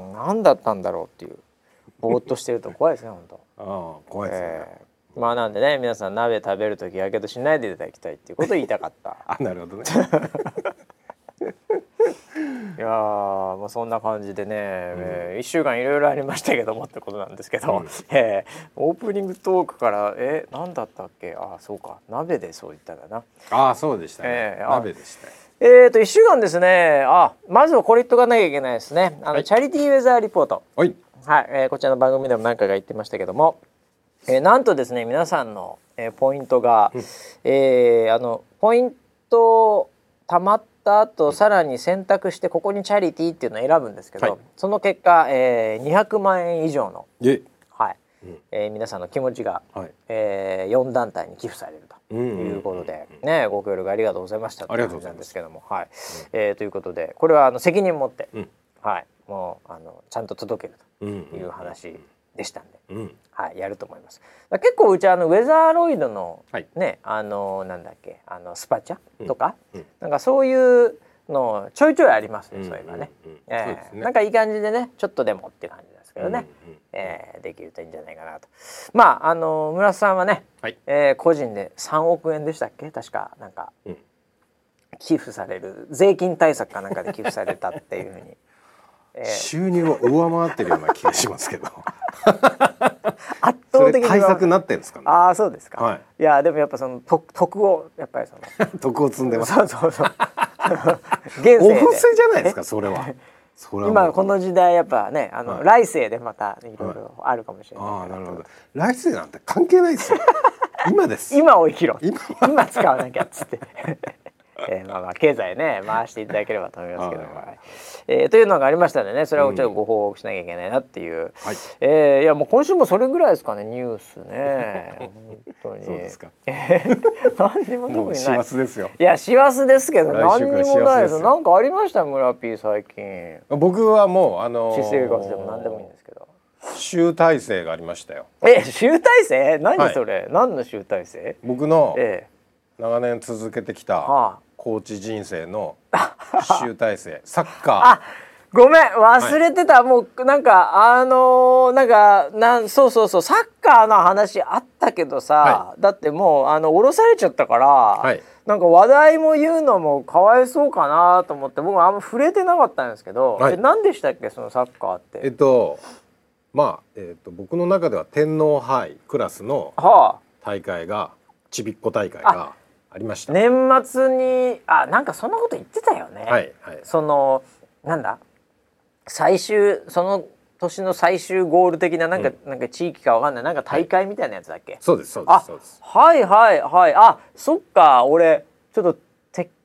何だったんだろうっていうぼーっとしてると怖いですね本当。 ああ怖いですね、えー、まあなんでね皆さん鍋食べる時やけどしないでいただきたいっていうことを言いたかったあなるほどねいやーもうそんな感じでね、うんえー、いっしゅうかんいろいろありましたけどもってことなんですけど、うんえー、オープニングトークからえ何だったっけ。あそうか鍋でそう言ったかな。 あそうでしたね、えー、鍋でしたえーといっしゅうかんですね。あまずはこれ言っとかなきゃいけないですね。あの、はい、チャリティーウェザーリポート、はいはいえー、こちらの番組でも何回か言ってましたけども、えー、なんとですね皆さんの、えー、ポイントが、うんえー、あのポイントたまった後、うん、さらに選択してここにチャリティーっていうのを選ぶんですけど、はい、その結果、えー、にひゃくまんえん以上の、はいうんえー、皆さんの気持ちが、はいえー、よん団体に寄付されるということで、うんうんうんうん、ね、ご協力ありがとうございましたという感じなんですけども、はいうんえー、ということでこれはあの責任持って、うんはい、もうあのちゃんと届けるという話でしたんで、うんうんはい、やると思います。結構うちあのウェザーロイドの、はいね、あのなんだっけあのスパチャとか、うんうん、なんかそういうのちょいちょいありますね、うんうん、そういえばね、うんうんえーね、なんかいい感じでねちょっとでもって感じですけどね、うんうんえー、できるといいんじゃないかなと。まああの村瀬さんはね、はいえー、個人でさんおくえんでしたっけ確かなんか、うん、寄付される税金対策かなんかで寄付されたっていうふうにえー、収入を上回ってるような気がしますけど圧倒的に対策になってるんですかね。 ああそうですか、はい、いやでもやっぱその得をやっぱりその得を積んでます。 そうそうそう現世でお布施じゃないですかそれはそれは今この時代やっぱねあの、はい、来世でまたいろいろあるかもしれない、はい、ああなるほど。 来世なんて関係ないですよ今です。 今を生きろ 今, 今使わなきゃっつってえー、まあまあ経済ね回していただければと思いますけども、はいえー、というのがありましたのでねそれをちょっとご報告しなきゃいけないなっていう、うんはいえー、いやもう今週もそれぐらいですかねニュースね本当にそうですか何にも特にない。もう師走ですよ。いや師走ですけど何にもないですよ。なんかありました村 P 最近。 僕はもうあのー、 私生活でも何でもいいんですけど集大成がありましたよ。 え集大成何それ、はい、何の集大成。 僕の長年続けてきた、はあコーチ人生の集大成サッカーあごめん忘れてた、はい、もうなんかあのー、なんかなんそうそうそうサッカーの話あったけどさ、はい、だってもうあの降ろされちゃったから、はい、なんか話題も言うのもかわいそうかなと思って僕あんま触れてなかったんですけど、はい、え何でしたっけそのサッカーって。 えっとまあ、えっと、僕の中では天皇杯クラスの大会が、はあ、ちびっこ大会がありました。 年末にあなんかそんなこと言ってたよね、はいはい、そのなんだ最終その年の最終ゴール的ななんか、うん、なんか地域かわかんないなんか大会みたいなやつだっけ、はい、 そうですそうですそうです。 はいはいはいあそっか俺ちょっとてっ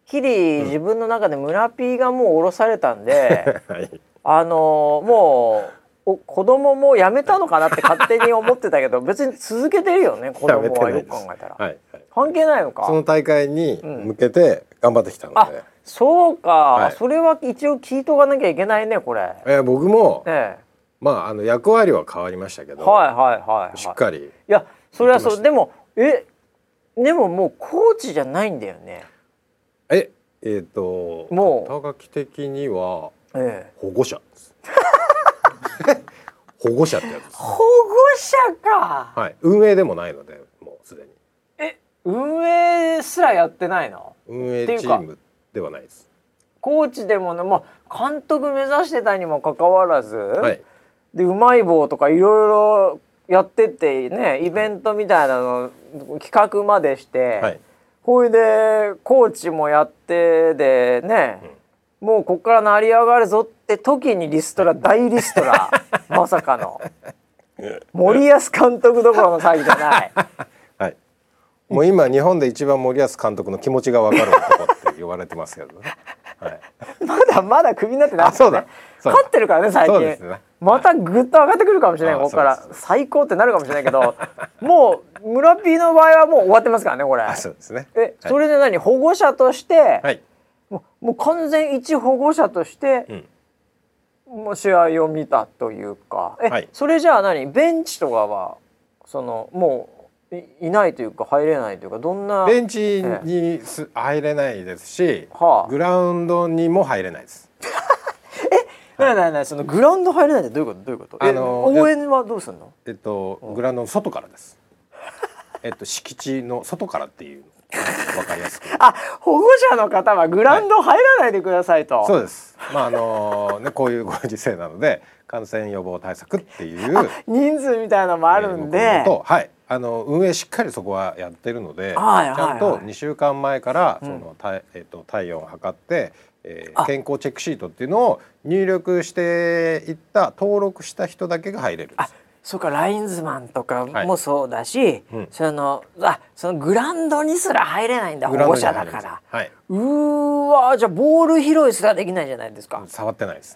きり自分の中で村 P がもう降ろされたんで、はい、あのもう子供も辞めたのかなって勝手に思ってたけど別に続けてるよね子供は。よく考えたら、はいはい、関係ないのか。 その大会に向けて頑張ってきたので、うん、あそうか、はい、それは一応聞いとかなきゃいけないねこれ。 えー、僕も、ええ、まああの役割は変わりましたけど、はいはいはい、はい、しっかり。いやそれはそう。でもえでももうコーチじゃないんだよね。 ええー、ともう肩書き的には保護者です、ええ、保護者ってやつです。 保護者か。 はい、運営でもないのでもうすでに。 え運営すらやってないの？ 運営チームではないです。 コーチでもね、まあ、監督目指してたにもかかわらず、はい、でうまい棒とかいろいろやってってね、イベントみたいなの企画までして、はい、これでコーチもやってでね、うん、もうこっから成り上がるぞって時にリストラ、大リストラまさかの森保監督どころの騒ぎじゃない、 はい、もう今日本で一番森保監督の気持ちが分かる男って言われてますけどね、はい、 まだまだクビになってない、ね、そうだ勝ってるからね最近、ね、またぐっと上がってくるかもしれない、はい、ここから最高ってなるかもしれないけどもう村 P の場合はもう終わってますからねこれ。 あ、そうですね。 え、はい、それで何保護者として、はい、もう、もう完全一保護者として、うん、もう試合を見たというか、え、はい、それじゃあ何ベンチとかはそのもう い, いないというか入れないというか、どんなベンチにす入れないですし、はあ、グラウンドにも入れないです。 え、なになになに、そのグラウンド入れないってどういうことどういうこと？あのー、応援はどうするの？ えっとグラウンドの外からです。えっと敷地の外からっていう分かりやすく。 あ、保護者の方はグラウンド入らないでくださいと。はい、 そうです。まああのー、ねこういうご時世なので感染予防対策っていう人数みたいなのもあるんで、えー、 とはい。あの運営しっかりそこはやってるので、はいはいはい、ちゃんとにしゅうかんまえからその、うん体えー、と体温を測って、えー、健康チェックシートっていうのを入力していった登録した人だけが入れるんです。あ、 そうか、ラインズマンとかもそうだし、はい、うん、そのあそのグラウンドにすら入れないんだ、保護者だから、はい、うーわ、じゃあボール拾いすらできないじゃないですか。 触ってないです。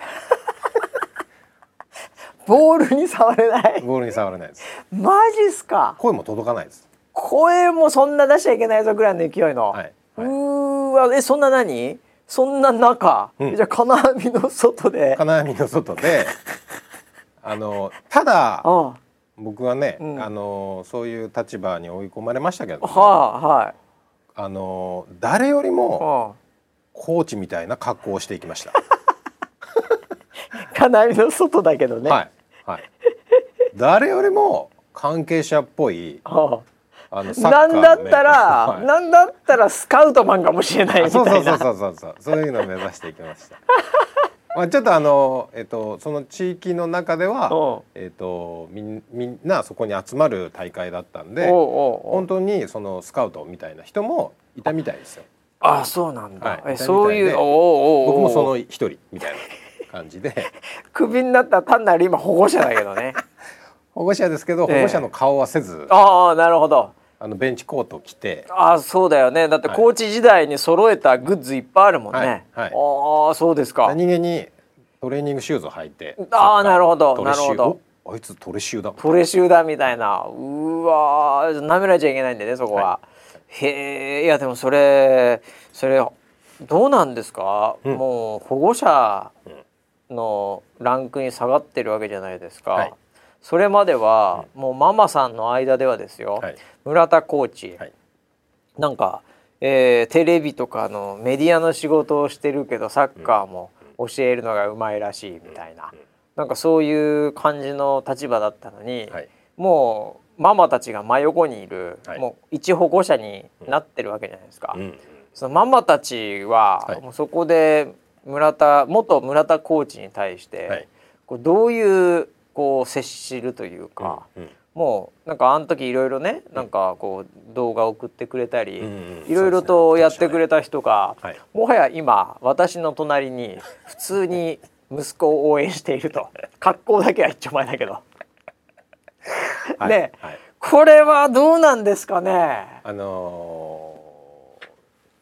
ボールに触れない。 ボールに触れないです。 マジっすか。 声も届かないです。 声もそんな出しちゃいけないぞぐらいの勢いの、はいはい、うーわ、え、そんな何そんな中、うん、じゃあ金網の外で金網の外であのただああ僕はね、うん、あのそういう立場に追い込まれましたけど、ね、はあ、はい、あの誰よりも、はあ、コーチみたいな格好をしていきました。 金網の外だけどね、はいはい、誰よりも関係者っぽい、はあ、あのサッカーの、ね、なんだったら、はい、なんだったらスカウトマンかもしれないみたいな。 そうそうそうそうそうそういうのを目指していきました。まあちょっとあの、えっと、その地域の中では、えっと、み, みんなそこに集まる大会だったんで、おうおうおう、本当にそのスカウトみたいな人もいたみたいですよ。 ああ、そうなんだ、はい、 えそういう、おうおうおう、 僕もその一人みたいな感じでクビになったら単なる今保護者だけどね。 保護者ですけど、保護者の顔はせず、 ああ、なるほど、あのベンチコートを着て、 あ、そうだよね、だってコーチ時代に揃えたグッズいっぱいあるもんね、はいはい、ああ、そうですか。 何気にトレーニングシューズを履いて、 ああ、なるほどなるほど、 あいつトレシューだトレシューだみたいな、うわー、舐められちゃいけないんでねそこは、はい、へえ。いやでもそれそれどうなんですか、うん、もう保護者のランクに下がってるわけじゃないですか、はい、それまでは、うん、もうママさんの間ではですよ、はい、村田コーチ、はい、なんか、えー、テレビとかのメディアの仕事をしてるけどサッカーも教えるのがうまいらしいみたいな、うん、なんかそういう感じの立場だったのに、はい、もうママたちが真横にいる、はい、もう一保護者になってるわけじゃないですか、うんうん、そのママたちは、はい、もうそこで村田元村田コーチに対して、はい、こうどういうこう接するというか、うんうん、もうなんかあの時いろいろね、なんかこう動画送ってくれたりいろいろとやってくれた人が、はい、もはや今私の隣に普通に息子を応援していると。格好だけは一丁前だけどはい、ね、はい、これはどうなんですかね。 あのー、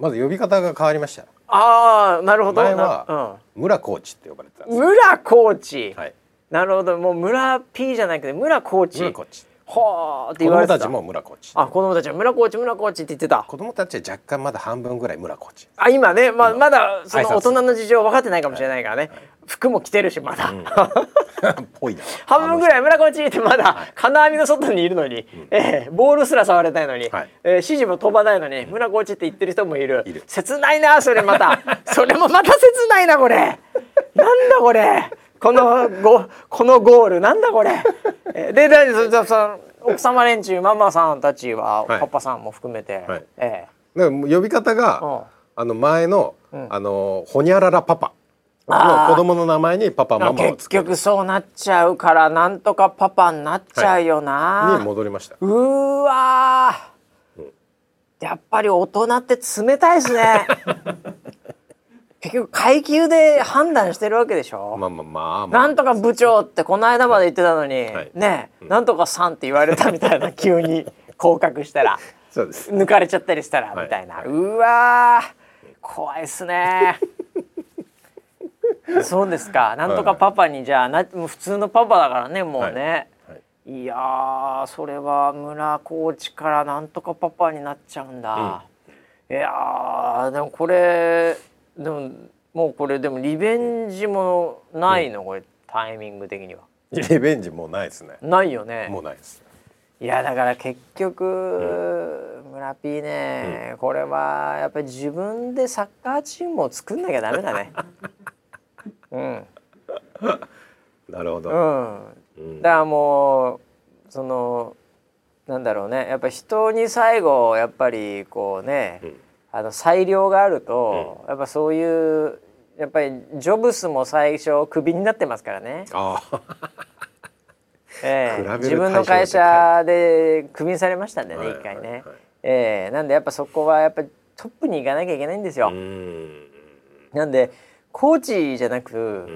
まず呼び方が変わりました。 ああ、なるほど。 前は、うん、村コーチって呼ばれてたんです。 村コーチ、 はい、 なるほど。もう村 P じゃなくて村コーチ。 村コーチ。 はあって言われてた。 子供たちも村コーチ。 あ、子供たちは村コーチ村コーチって言ってた。 子供たちは若干まだ半分ぐらい村コーチ。 あ、今ね、まあ、まだその大人の事情分かってないかもしれないからね、はいはい、服も着てるしまだ、うん、 ぽいな。 半分ぐらい村コーチってまだ金網の外にいるのに、うん、えー、ボールすら触れないのに、はい、えー、指示も飛ばないのに、うん、村コーチって言ってる人もいる。いる。切ないなそれまたそれもまた切ないなこれ。なんだこれ、このゴこのゴールなんだこれ。で、でそそ奥様連中ママさんたちは、はい、パパさんも含めて、はい、えー、呼び方が、うん、あの前の、うん、あのホニャララパパの子供の名前にパパママをつける。 結局そうなっちゃうからなんとかパパになっちゃうよな、 はい、に戻りました。 うーわー、うん、やっぱり大人って冷たいですね結局階級で判断してるわけでしょ。 まあまあまあまあ、 なんとか部長ってこの間まで言ってたのに、はい、ね、うん、なんとかさんって言われたみたいな急に降格したらそうです、 抜かれちゃったりしたらみたいな、はい、うわー怖いっすねそうですか。なんとかパパにじゃあな、普通のパパだからねもうね、はいはい、いやーそれは村コーチからなんとかパパになっちゃうんだ、うん、いやーでもこれでももうこれでもリベンジもないの、うん、これタイミング的にはリベンジもうないですね。 ないよね。 もうないです。 いやだから結局、うん、村 P ね、うん、これはやっぱり自分でサッカーチームを作んなきゃダメだねうん、 なるほど、 うん、だからもうそのなんだろうね、やっぱ人に最後やっぱりこうね、うん、あの裁量があると、うん、やっぱそういうやっぱりジョブスも最初クビになってますからね。あえー、自分の会社でクビにされましたんでね、一回ね、はいはいはい、えー、なんでやっぱそこはやっぱりトップに行かなきゃいけないんですよ。うん、なんでコーチじゃなく、うん、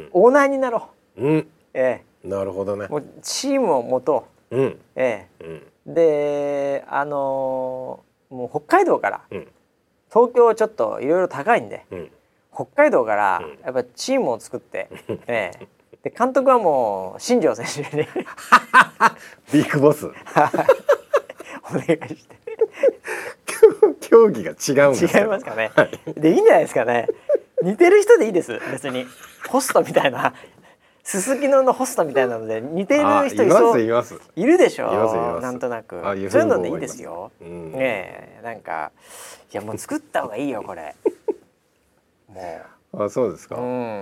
オーナーになろう、うん、えー、 なるほどね。 もうチームを持とう、うん、えーうん、であのー、もう北海道から、うん、東京ちょっといろいろ高いんで、うん、北海道からやっぱチームを作って、うん、えー、で監督はもう新庄選手にビッグボスお願いして競技が違うんですか。 違いますかね、はい、でいいんじゃないですかね。似てる人でいいです。別にホストみたいなすすきののホストみたいなので似てる人いそう、いますいます、いるでしょ。いますいます、なんとなくそういうのでいいですよ、うん、ねえ、なんかいやもう作った方がいいよこれもう。あ、そうですか、うん、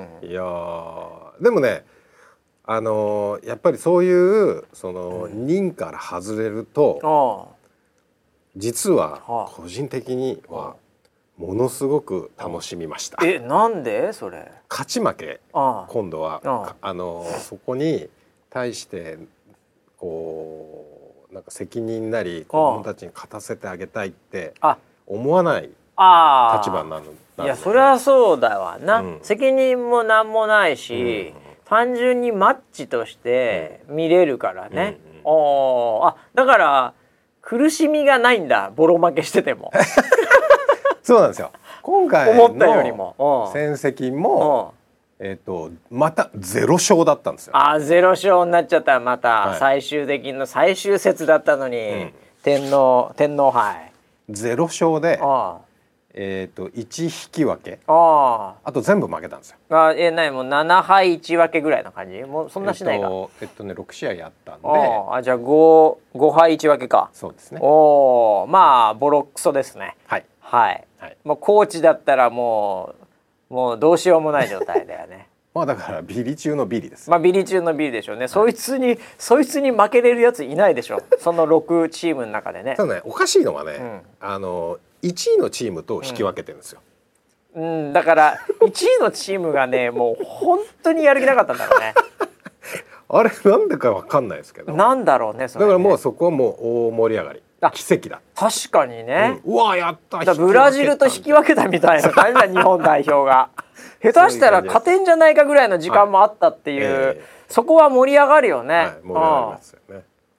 いやでもね、あのー、やっぱりそういうその、うん、任から外れると、うん、実は個人的にはものすごく楽しみました。 え、なんでそれ？ 勝ち負け、ああ今度は あ, あのそこに対してこうなんか責任なり子供たちに勝たせてあげたいって思わない立場なの。 いやそれはそうだわな、うん、責任もなんもないし、うん、単純にマッチとして見れるからね、うんうん、あだから苦しみがないんだ、ボロ負けしててもそうなんですよ。今回の戦績もえっとまたゼロ勝だったんですよ。 あ、ゼロ勝になっちゃった。また、はい、最終的の最終節だったのに、うん、天皇天皇杯ゼロ勝で、あえっといち引き分け、ああと全部負けたんですよ。 あ、えなにもうななはいいち分けぐらいな感じ？もうそんなしないか。えっと、 えっとねろく試合やったんで、 ああじゃあごはいいち分けか。 そうですね。 おまあボロクソですね。 はいはい、はい、もうコーチだったらもうもうどうしようもない状態だよねまあだからビリ中のビリです。 まあビリ中のビリでしょうね、はい、そいつにそいつに負けれるやついないでしょそのろくチームの中でね。 そうね、おかしいのはね、うん、あのいちいのチームと引き分けてるんですよ、 うん、うん、だからいちいのチームがねもう本当にやる気なかったんだろうねあれなんでかわかんないですけど、 なんだろうねそれね。 だからもうそこはもう大盛り上がり、奇跡だ。 確かにね、 うん、うわやった、 だブラジルと引き分けたみたいな感じだ日本代表が下手したら勝てんじゃないかぐらいの時間もあったっていう、はいえー、そこは盛り上がるよね、はい、盛り上がりますよね。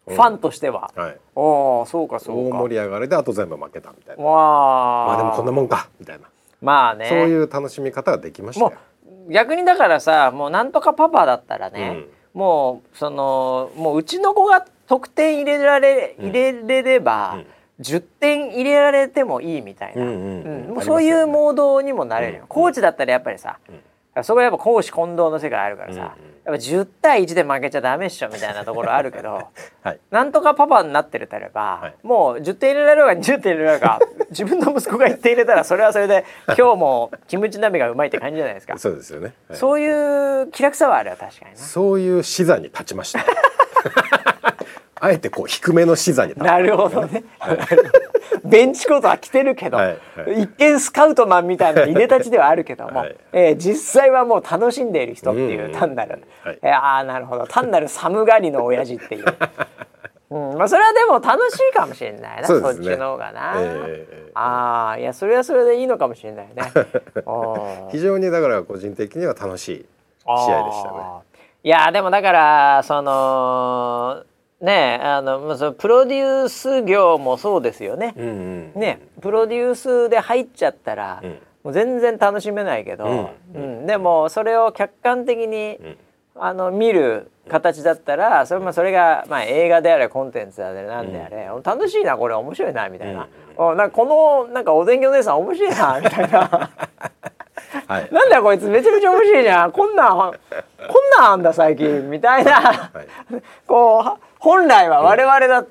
ファンとしては、はい、おーそうかそうか、 大盛り上がりであと全部負けたみたいな、 わまあでもこんなもんかみたいな、 まあね、 そういう楽しみ方ができましたよ。もう逆にだからさ、もうなんとかパパだったらね、うん、もうそのもううちの子が得点入れられ、入れれれば、うんうん、じゅってん入れられてもいいみたいな、もうそういうモードにもなれるよ、うんうん、コーチだったらやっぱりさ、うん、そこはやっぱ公私混同の世界あるからさ、うんうん、やっぱじゅうたいいちで負けちゃダメっしょみたいなところあるけど、はい、なんとかパパになってるたれば、はい、もうじゅってん入れられるかにじゅってん入れられるか自分の息子がいってん入れたらそれはそれで今日もキムチ鍋がうまいって感じじゃないですか。 そうですよね、はい、 そういう気楽さはあるよ、確かにな。 そういう視座に立ちましたあえてこう低めの視座に立った、 なるほどね、はい、ベンチコートは着てるけど、はいはい、一見スカウトマンみたいないでたちではあるけども、はい、えー、実際はもう楽しんでいる人っていう、単なる、はい、えー、ああなるほど、単なる寒がりの親父っていう、うん、まあそれはでも楽しいかもしれないな、 そ, ね、そっちの方がな、えー、ああいやそれはそれでいいのかもしれないね非常にだから個人的には楽しい試合でしたね。 いやでもだからそのね、あのそのプロデュース業もそうですよね、うんうんうん、ね、プロデュースで入っちゃったら、うん、もう全然楽しめないけど、うんうんうん、でもそれを客観的に、うん、あの見る形だったら、それもそれが、まあ、映画であれコンテンツであれなんであれ、うん、楽しいなこれ面白いなみたいな、うん、なんかこのなんかおでんぎお姉さん面白いなみたいなはい、なんだよこいつめちゃめちゃ面白いじゃん、こんなんこんなんあんだ最近みたいな、はい、こう本来は我々だって、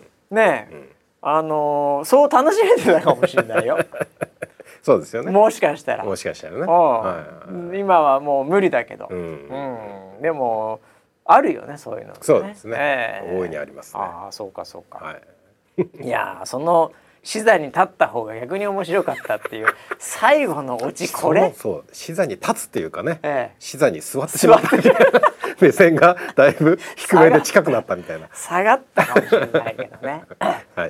うん、ね、うん、あのー、そう楽しめてたかもしれないよそうですよね、 もしかしたらもしかしたらね、 はい、今はもう無理だけど、うんうん、でもあるよねそういうの、ね、 そうですね、 えー、 大いにありますね。 ああそうかそうか、はい、いやその視座に立った方が逆に面白かったっていう最後のオチ、これそう視座に立つっていうかね、 ええ、 視座に座ってしまった目線がだいぶ低めで近くなったみたいな、 下がったかもしれないけどねはい、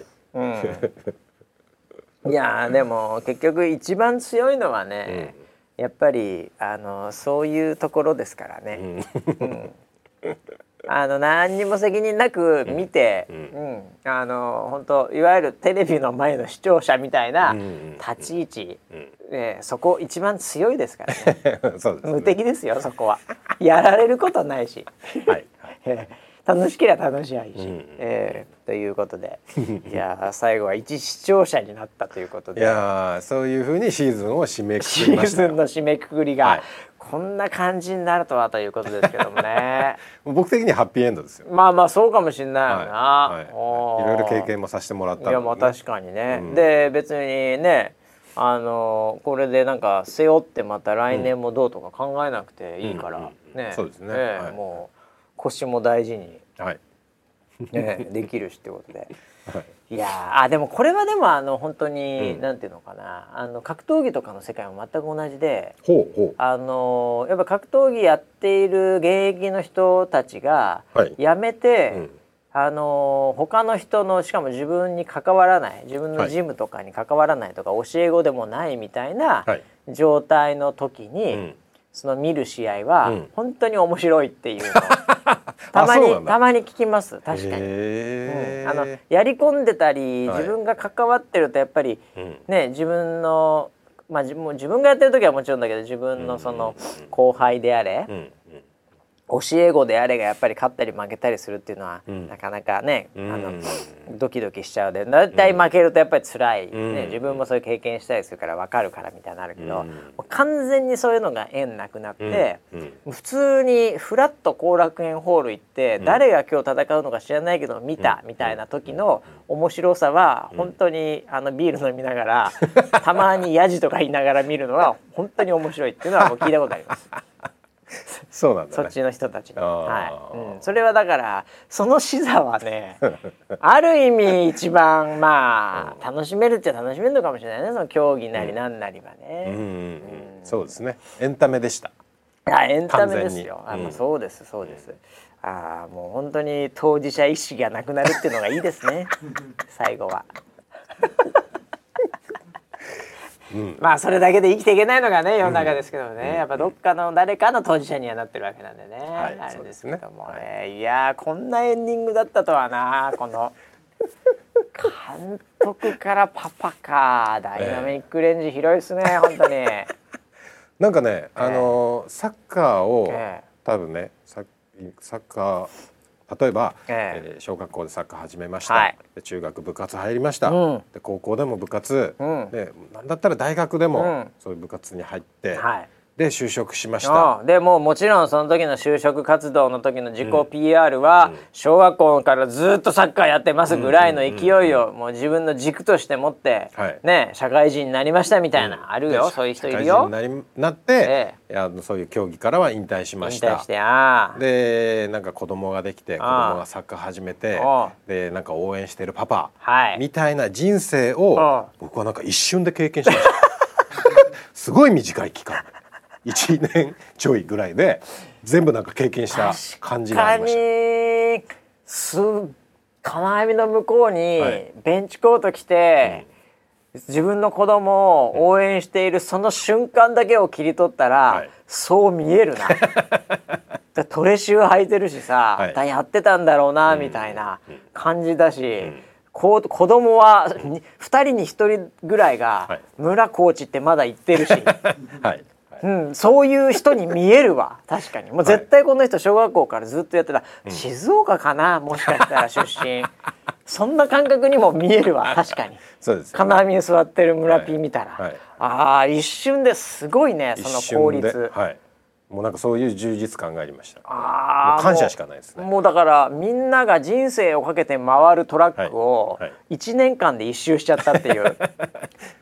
うん、いやでも結局一番強いのはね、うん、やっぱりあのそういうところですからね、うんうんあの何にも責任なく見て、うんうん、あの本当いわゆるテレビの前の視聴者みたいな立ち位置、うんうんえー、そこ一番強いですからねそうですね、無敵ですよそこはやられることないし、はいえー、楽しければ楽しいし、うんえー、ということでいや最後は一視聴者になったということで、 いやそういう風にシーズンを締めくくりましたよ。 シーズンの締めくくりが、はい、こんな感じになるとはということですけどもね僕的にはハッピーエンドですよ。 まあまあそうかもしれないよな、 はいはい、いろいろ経験もさせてもらったので、ね、 いやまあ確かにね、うん、で別にねあのこれでなんか背負ってまた来年もどうとか考えなくていいから、うんね、 そうですね、 ねはい、 もう腰も大事に、 はいね、できるしってことで、はい、いやあでもこれはでもあの本当に、うん、なんていうのかな、あの格闘技とかの世界も全く同じで、 ほうほう、 あのやっぱ格闘技やっている現役の人たちが辞めて、はいうん、あの他の人のしかも自分に関わらない自分のジムとかに関わらないとか、はい、教え子でもないみたいな状態の時に、はいうん、その見る試合は本当に面白いっていうのを、たまにたまに聞きます。確かに、うん、あのやり込んでたり自分が関わってるとやっぱり、はい、ね自分のまあもう自分がやってる時はもちろんだけど自分のその後輩であれ、うんうん教え子であれがやっぱり勝ったり負けたりするっていうのは、うん、なかなかね、うん、あのドキドキしちゃうでだいたい負けるとやっぱり辛い、うんね、自分もそういう経験したりするから分かるからみたいなのあるけど、うん、もう完全にそういうのが縁なくなって、うん、普通にフラッと後楽園ホール行って、うん、誰が今日戦うのか知らないけど見た、うん、みたいな時の面白さは本当にあのビール飲みながらたまにヤジとか言いながら見るのは本当に面白いっていうのはもう聞いたことあります。 そうなんだね、 そっちの人たちに、はいうん、それはだからその視座はねある意味一番まあ楽しめるっちゃ楽しめるのかもしれないね、その競技なりなんなりはね、うんうんうん、 そうですね、エンタメでした。 あエンタメですよ、あ、まあ、そうですそうです、うん、あもう本当に当事者意識がなくなるっていうのがいいですね最後はうん、 まあそれだけで生きていけないのがね世の中ですけどね、うん、やっぱどっかの誰かの当事者にはなってるわけなんでね、はい、あれですけどもね、はい、いやこんなエンディングだったとはなこの監督からパパかダイナミックレンジ広いですね、えー、本当になんかね、あのーえー、サッカーを、えー、多分ねサッ、サッカー例えば、えーえー、小学校でサッカー始めました、はい、で中学部活入りました、うん、で高校でも部活、うん、でなんだったら大学でも、うん、そういう部活に入って、はいで就職しました。 でもうもちろんその時の就職活動の時の自己 ピーアール は小学校からずっとサッカーやってますぐらいの勢いをもう自分の軸として持ってね社会人になりましたみたいなあるよ、そういう人いるよ。 社会人になってそういう競技からは引退しました。 引退してあでなんか子供ができて子供がサッカー始めてでなんか応援してるパパみたいな人生を僕はなんか一瞬で経験しました。すごい短い期間。いちねんちょいぐらいで全部なんか経験した感じがありました。 確かにす金網の向こうにベンチコート着て、うん、自分の子供を応援しているその瞬間だけを切り取ったら、はい、そう見えるな。トレシュー履いてるしさ、はい、やってたんだろうなみたいな感じだし、うんうん、こ子供はふたりにひとりぐらいが村コーチってまだ言ってるし。はいうん、そういう人に見えるわ確かにもう絶対この人小学校からずっとやってた、はい、静岡かなもしかしたら出身そんな感覚にも見えるわ確かにそうです、ね、 金網に座ってる村ピー見たら、はいはい、ああ一瞬ですごいねその効率、 はい、もうなんかそういう充実感がありました。あもう感謝しかないですね。 もう、もうだからみんなが人生をかけて回るトラックをいちねんかんで一周しちゃったっていう、はいはい、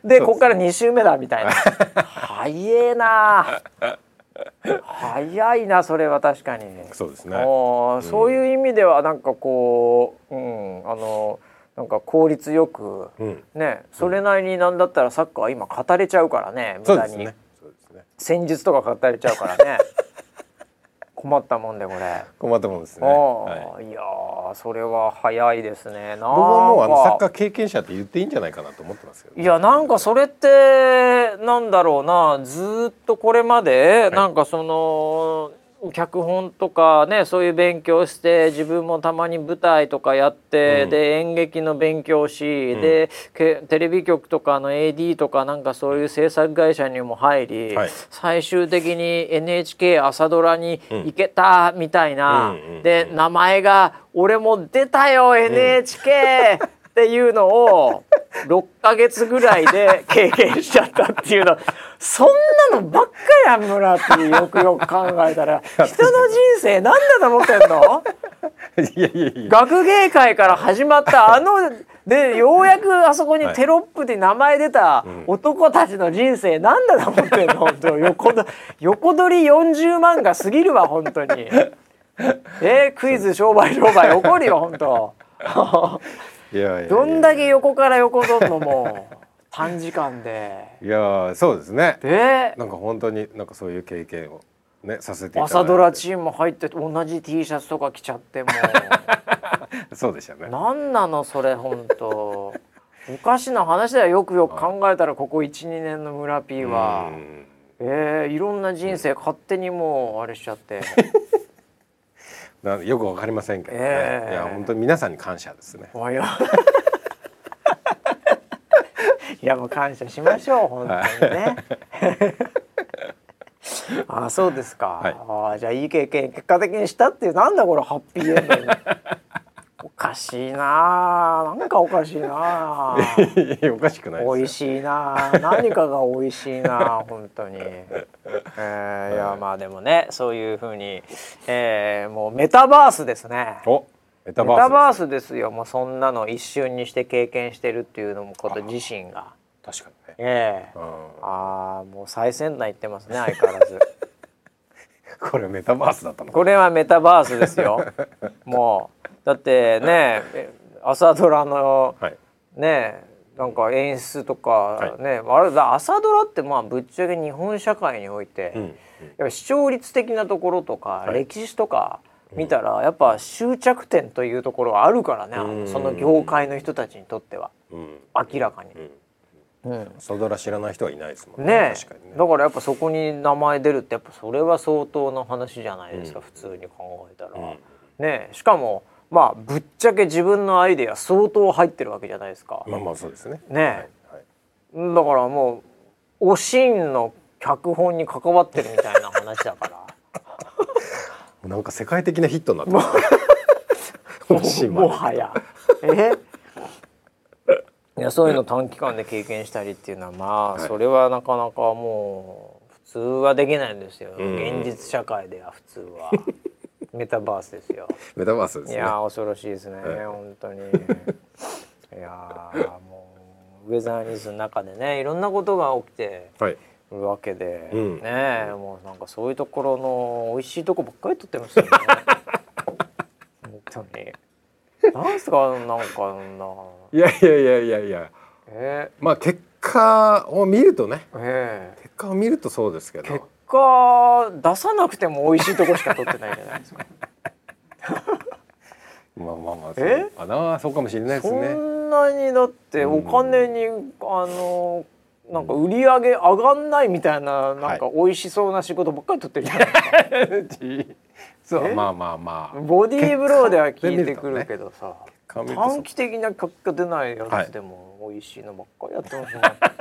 でここからに周目だみたいな早えな早いなそれは確かにそうですね、 うん、そういう意味ではなんかこう、うん、あのなんか効率よく、うん、ねそれなりになんだったらサッカー今語れちゃうからね無駄に、ねね、戦術とか語れちゃうからね困ったもんでこれ困ったもんですね、はい、いやそれは早いですね。なんか僕はもうあのサッカー経験者って言っていいんじゃないかなと思ってますけど、ね、 いやなんかそれってなんだろうなずっとこれまで、はい、なんかその脚本とかねそういう勉強して自分もたまに舞台とかやって、うん、で演劇の勉強し、うん、でテレビ局とかの エーディー とかなんかそういう制作会社にも入り、はい、最終的に エヌエイチケー 朝ドラに行けたみたいな、うん、で名前が俺も出たよ エヌエイチケー、うんっていうのをろっかげつぐらいで経験しちゃったっていうのそんなのばっかやん村ってよくよく考えたら人の人生なんだと思ってんのいやいやいや学芸会から始まったあのでようやくあそこにテロップで名前出た男たちの人生なんだと思ってんの本当横ど横取りよんじゅうまんが過ぎるわ本当にえー、クイズ商売商売起こるよ本当いやいやいやどんだけ横から横取るのも短時間でいやそうですねでなんか本当になんかそういう経験をねさせていただいて朝ドラチーム入って同じ T シャツとか着ちゃってもそうでしたねなんなのそれ本当おかしな話だよよくよく考えたらここ いちにねんの村 P はえー、いろんな人生勝手にもうあれしちゃってよくわかりませんけどね、えー、いや本当に皆さんに感謝ですねいやもう感謝しましょう本当にねあそうですか、はい、あじゃあいい経験結果的にしたっていうなんだこれハッピーエンドにおかしいななんかおかしいなおかしくないです美味しいな何かが美味しいな本当に、えー、いやまあでもねそういう風に、えー、もうメタバースですねおメタバースです、 メタバースですよもうそんなの一瞬にして経験してるっていうのもこと自身が確かにねええー、ああもう最先端行ってますね相変わらずこれメタバースだったのこれはメタバースですよもうだってね朝ドラの、はい、ねなんか演出とかね、はい、あれだ朝ドラってまあぶっちゃけ日本社会において、うんうん、やっぱ視聴率的なところとか、はい、歴史とか見たらやっぱ終着点というところがあるからね、うん、その業界の人たちにとっては、うん、明らかに、うん、 うん、朝ドラ知らない人はいないですもんね。ね、確かにね。だからやっぱそこに名前出るってやっぱそれは相当な話じゃないですか、うん、普通に考えたら、うん、ね。しかもまあぶっちゃけ自分のアイデア相当入ってるわけじゃないですか。 まあまあそうですね。 ね、はいはい、だからもうおしんの脚本に関わってるみたいな話だからなんか世界的なヒットになってますね。 もはやえいやそういうの短期間で経験したりっていうのはまあ、はい、それはなかなかもう普通はできないんですよ、うん、現実社会では普通はメタバースですよ。 メタバースですね。 いや恐ろしいですね、はい、本当にいやもうウェザーニュースの中でねいろんなことが起きてるわけで、はい、ね、うん、もうなんかそういうところの美味しいとこばっかり撮ってますよね本当になんすかなんかないやいやいやいやいや、えー、まあ結果を見るとね、えー、結果を見るとそうですけど結果出さなくても美味しいとこしか撮ってないじゃないですかまあまあまあそうえあなそうかもしれないですね。 そんなにだってお金に、うん、あのなんか売り上げ上がんないみたいな、うん、なんか美味しそうな仕事ばっかり撮ってるじゃないですかそうまあまあまあボディーブローでは聞いてくるけどさ、ね、短期的な結果出ないやつでも美味しいのばっかりやってますね、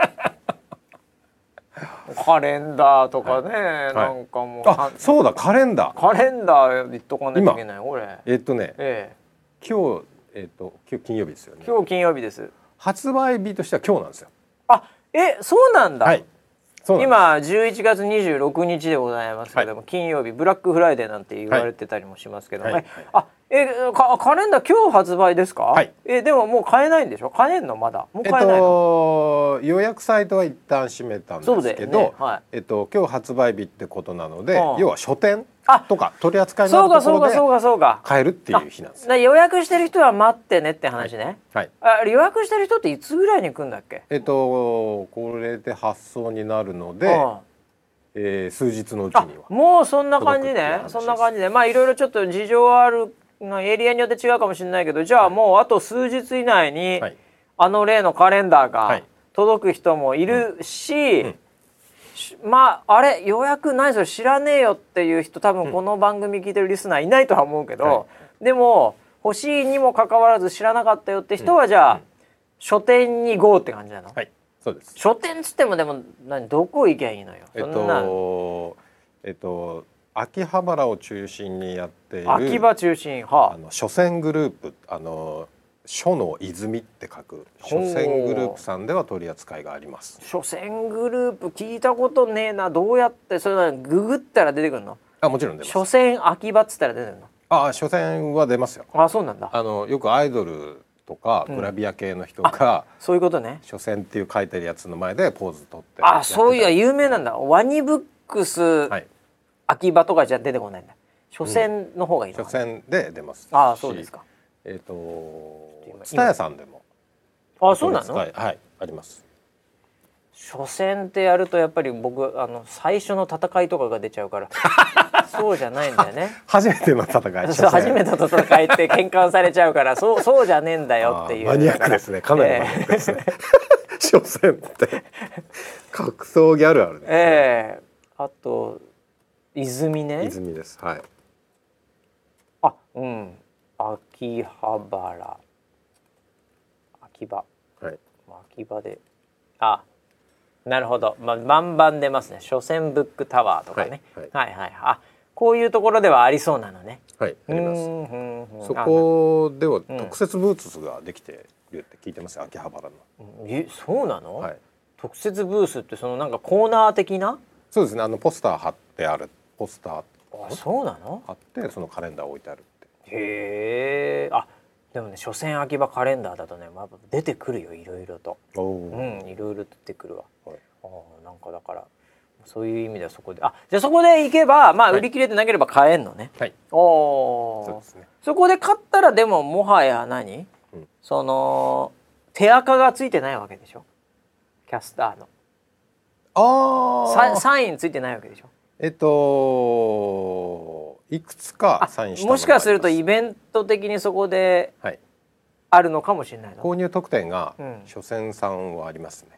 はい、カレンダーとかね、はい、なんかもうあそうだカレンダーカレンダー言っとかないといけない俺えっとね、ええ、今日、えっと、今日金曜日ですよね。 今日金曜日です。 発売日としては今日なんですよ。 あえそうなんだ、 はい、 今じゅういちがつにじゅうろくにちでございますけども、はい、金曜日ブラックフライデーなんて言われてたりもしますけども、はいはい、あえかカレンダー今日発売ですか、はい、えでももう買えないんでしょ買えんのまだもう買えないの、 えっと、予約サイトは一旦閉めたんですけど、ねはいえっと、今日発売日ってことなので、要は書店とか取り扱いのあるところで買えるっていう日なんです。 予約してる人は待ってねって話ね、はいはい、あ予約してる人っていつぐらいに来るんだっけ。 えっとこれで発送になるので、えー、数日のうちにはもうそんな感じね。そんな感じでまあいろいろちょっと事情あるエリアによって違うかもしれないけどじゃあもうあと数日以内に、はい、あの例のカレンダーが届く人もいるし、はいうんうん、まああれ予約ないそれ知らねえよっていう人多分この番組聞いてるリスナーいないとは思うけど、うんはい、でも欲しいにもかかわらず知らなかったよって人はじゃあ、うんうん、書店に ゴー って感じなの。 はいそうです。 書店つってもでも何どこ行きゃいいのよ。 えっとえっと秋葉原を中心にやっている秋葉中心、はあ、 あの書店グループあの書の泉って書く書店グループさんでは取り扱いがあります。 書店グループ聞いたことねえな。どうやってそれはググったら出てくるの。 あもちろん出ます。 書店秋葉っつったら出てくるの。 あ書店は出ますよ。 あそうなんだ。 あのよくアイドルとかグラビア系の人が、 うん、そういうことね。 書店っていう書いてるやつの前でポーズ取ってあそういや有名なんだ。ワニブックス、はい、秋葉とかじゃ出てこないんだ。書店の方がいいのかな、 うん、書店で出ますし。 ああそうですか。 えっ、ー、と蔦屋さんでもあそうなの。 はいあります。 書店ってやるとやっぱり僕あの最初の戦いとかが出ちゃうからそうじゃないんだよね初めての戦いそう初めての戦いって喧嘩されちゃうからそうそうじゃねえんだよっていうマニアックですねかなりマニアックですね、えー、書店って格闘技あるあるですね。 えー、あと泉ね泉ですはい。 あうん秋葉原秋葉はい秋葉であなるほど、まあ、バンバン出ますね。書店ブックタワーとかね、はいはい、はいはいあこういうところではありそうなのね。 はいあります。そこでは特設ブースができてるって聞いてますよ、秋葉原の。 えそうなの、はい、特設ブースってそのなんかコーナー的な。 そうですねあのポスター貼ってあるポスターあそうなの貼ってそのカレンダー置いてあるって。 へえあでもね書店秋葉カレンダーだとね、まあ、出てくるよいろいろと。うんいろいろ出てくるわ。はい、あなんかだからそういう意味ではそこであじゃあそこで行けばまあ売り切れてなければ買えんのね。はい、おそうですね。そこで買ったらでももはや何、うん、その手垢がついてないわけでしょキャスターの。あサインついてないわけでしょ。 えっといくつかサインしたもしかするとイベント的にそこであるのかもしれないの。 購入特典が書店さんはありますね。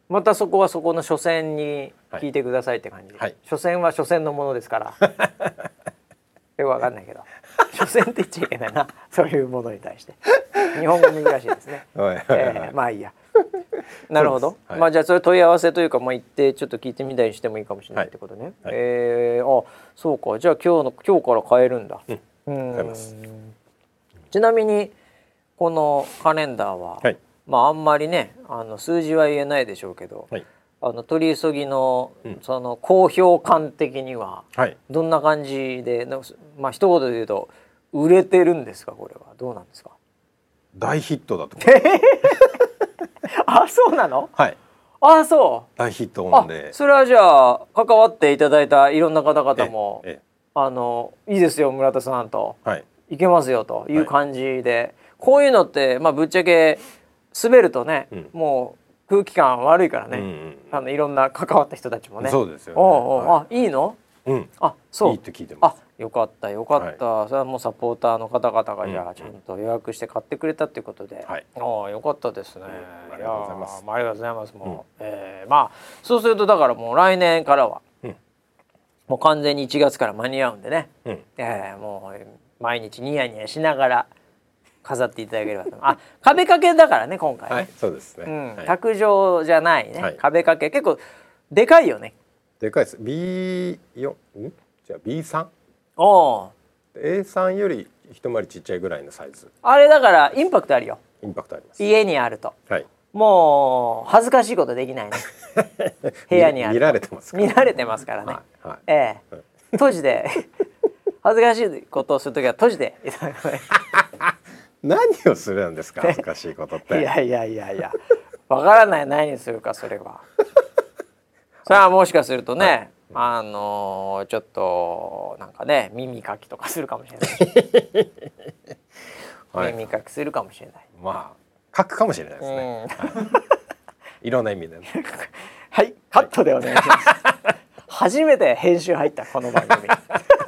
またそこはそこの初戦に聞いてくださいって感じ、はい、初戦は初戦のものですからよくわかんないけど初戦って言っちゃいけないなそういうものに対して日本語難しいですね、えー、まあいいやなるほど、はい、まあじゃあそれ問い合わせというか、まあ、行ってちょっと聞いてみたりしてもいいかもしれないってことね、はいはい、えー、あそうかじゃあ今日の今日から買えるんだ、うん、買えます。ちなみにこのカレンダーは、はい、まああんまりねあの数字は言えないでしょうけど、はい、あの取り急ぎの、うん、その好評感的にはどんな感じで、はい、まあ一言で言うと売れてるんですかこれはどうなんですか。 大ヒットだと思うあそうなの。 はい。 あそう大ヒットなんでそれはじゃあ関わっていただいたいろんな方々もあのいいですよ村田さんと、はい、いけますよという感じで、はい、こういうのって、まあ、ぶっちゃけ滑るとね、うん、もう空気感悪いからね、うんうん、あのいろんな関わった人たちもねそうですよね。 おうおう、はい、あいいの、 うん、 あそういいって聞いてます。 あよかったよかった、はい、それはもうサポーターの方々がじゃあちゃんと予約して買ってくれたっていうことで、はい、あよかったですね、 うん、ありがとうございます。 ありがとうございますもう、うん、えー、まあそうするとだからもう来年からは、うん、もう完全にいちがつから間に合うんでね、うん、えー、もう毎日ニヤニヤしながら飾っていただければと。あ壁掛けだからね今回ね、はい、 そうですね、 うん、 はい、 卓上じゃないね、はい、壁掛け結構でかいよね。 でかいです。 ビーよん んじゃあ ビースリーお エースリー より一回りちっちゃいぐらいのサイズ。 あれだからインパクトあるよ。 インパクトあります。 家にあると、はい、もう恥ずかしいことできないね部屋にある見られてますから、 見られてますからね、はいはい、ええ閉じて恥ずかしいことをするときは閉じていただく何をするんですか恥ずかしいことっていやいやいやいやわからない何するかそれはさあもしかするとね、はいあのー、ちょっとなんかね耳かきとかするかもしれない、はい、耳かきするかもしれないまあ書くかもしれないですね、うん、いろんな意味で、ね、 はいカットでお願いします、はい、初めて編集入ったこの番組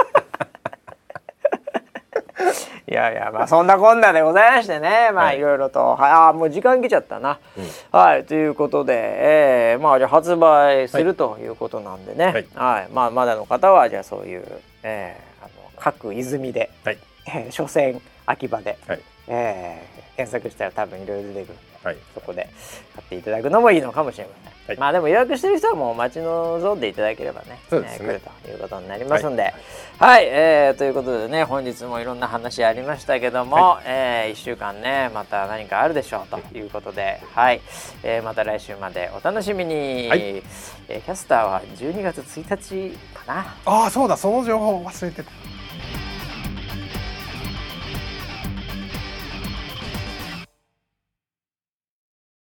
いやいやまあそんなこんなでございましてねまあいろいろと、はい、あもう時間来ちゃったな、うん、はいということで、えー、まあじゃあ発売するということなんでね、はいはい、まあまだの方はじゃあそういう、えー、あの各泉で、はいえー、書店秋葉で、はいえー、検索したら多分いろいろ出てくるんで、はい、そこで買っていただくのもいいのかもしれません、はい、まあでも予約してる人はもう待ち望んでいただければね、そうですね、えー、来るということになりますんで、はいはい、えー、ということでね本日もいろんな話ありましたけども、はいえー、いっしゅうかんねまた何かあるでしょうということで、はいえー、また来週までお楽しみに、はいえー、キャスターはじゅうにがつついたちかな。 ああそうだその情報忘れてた。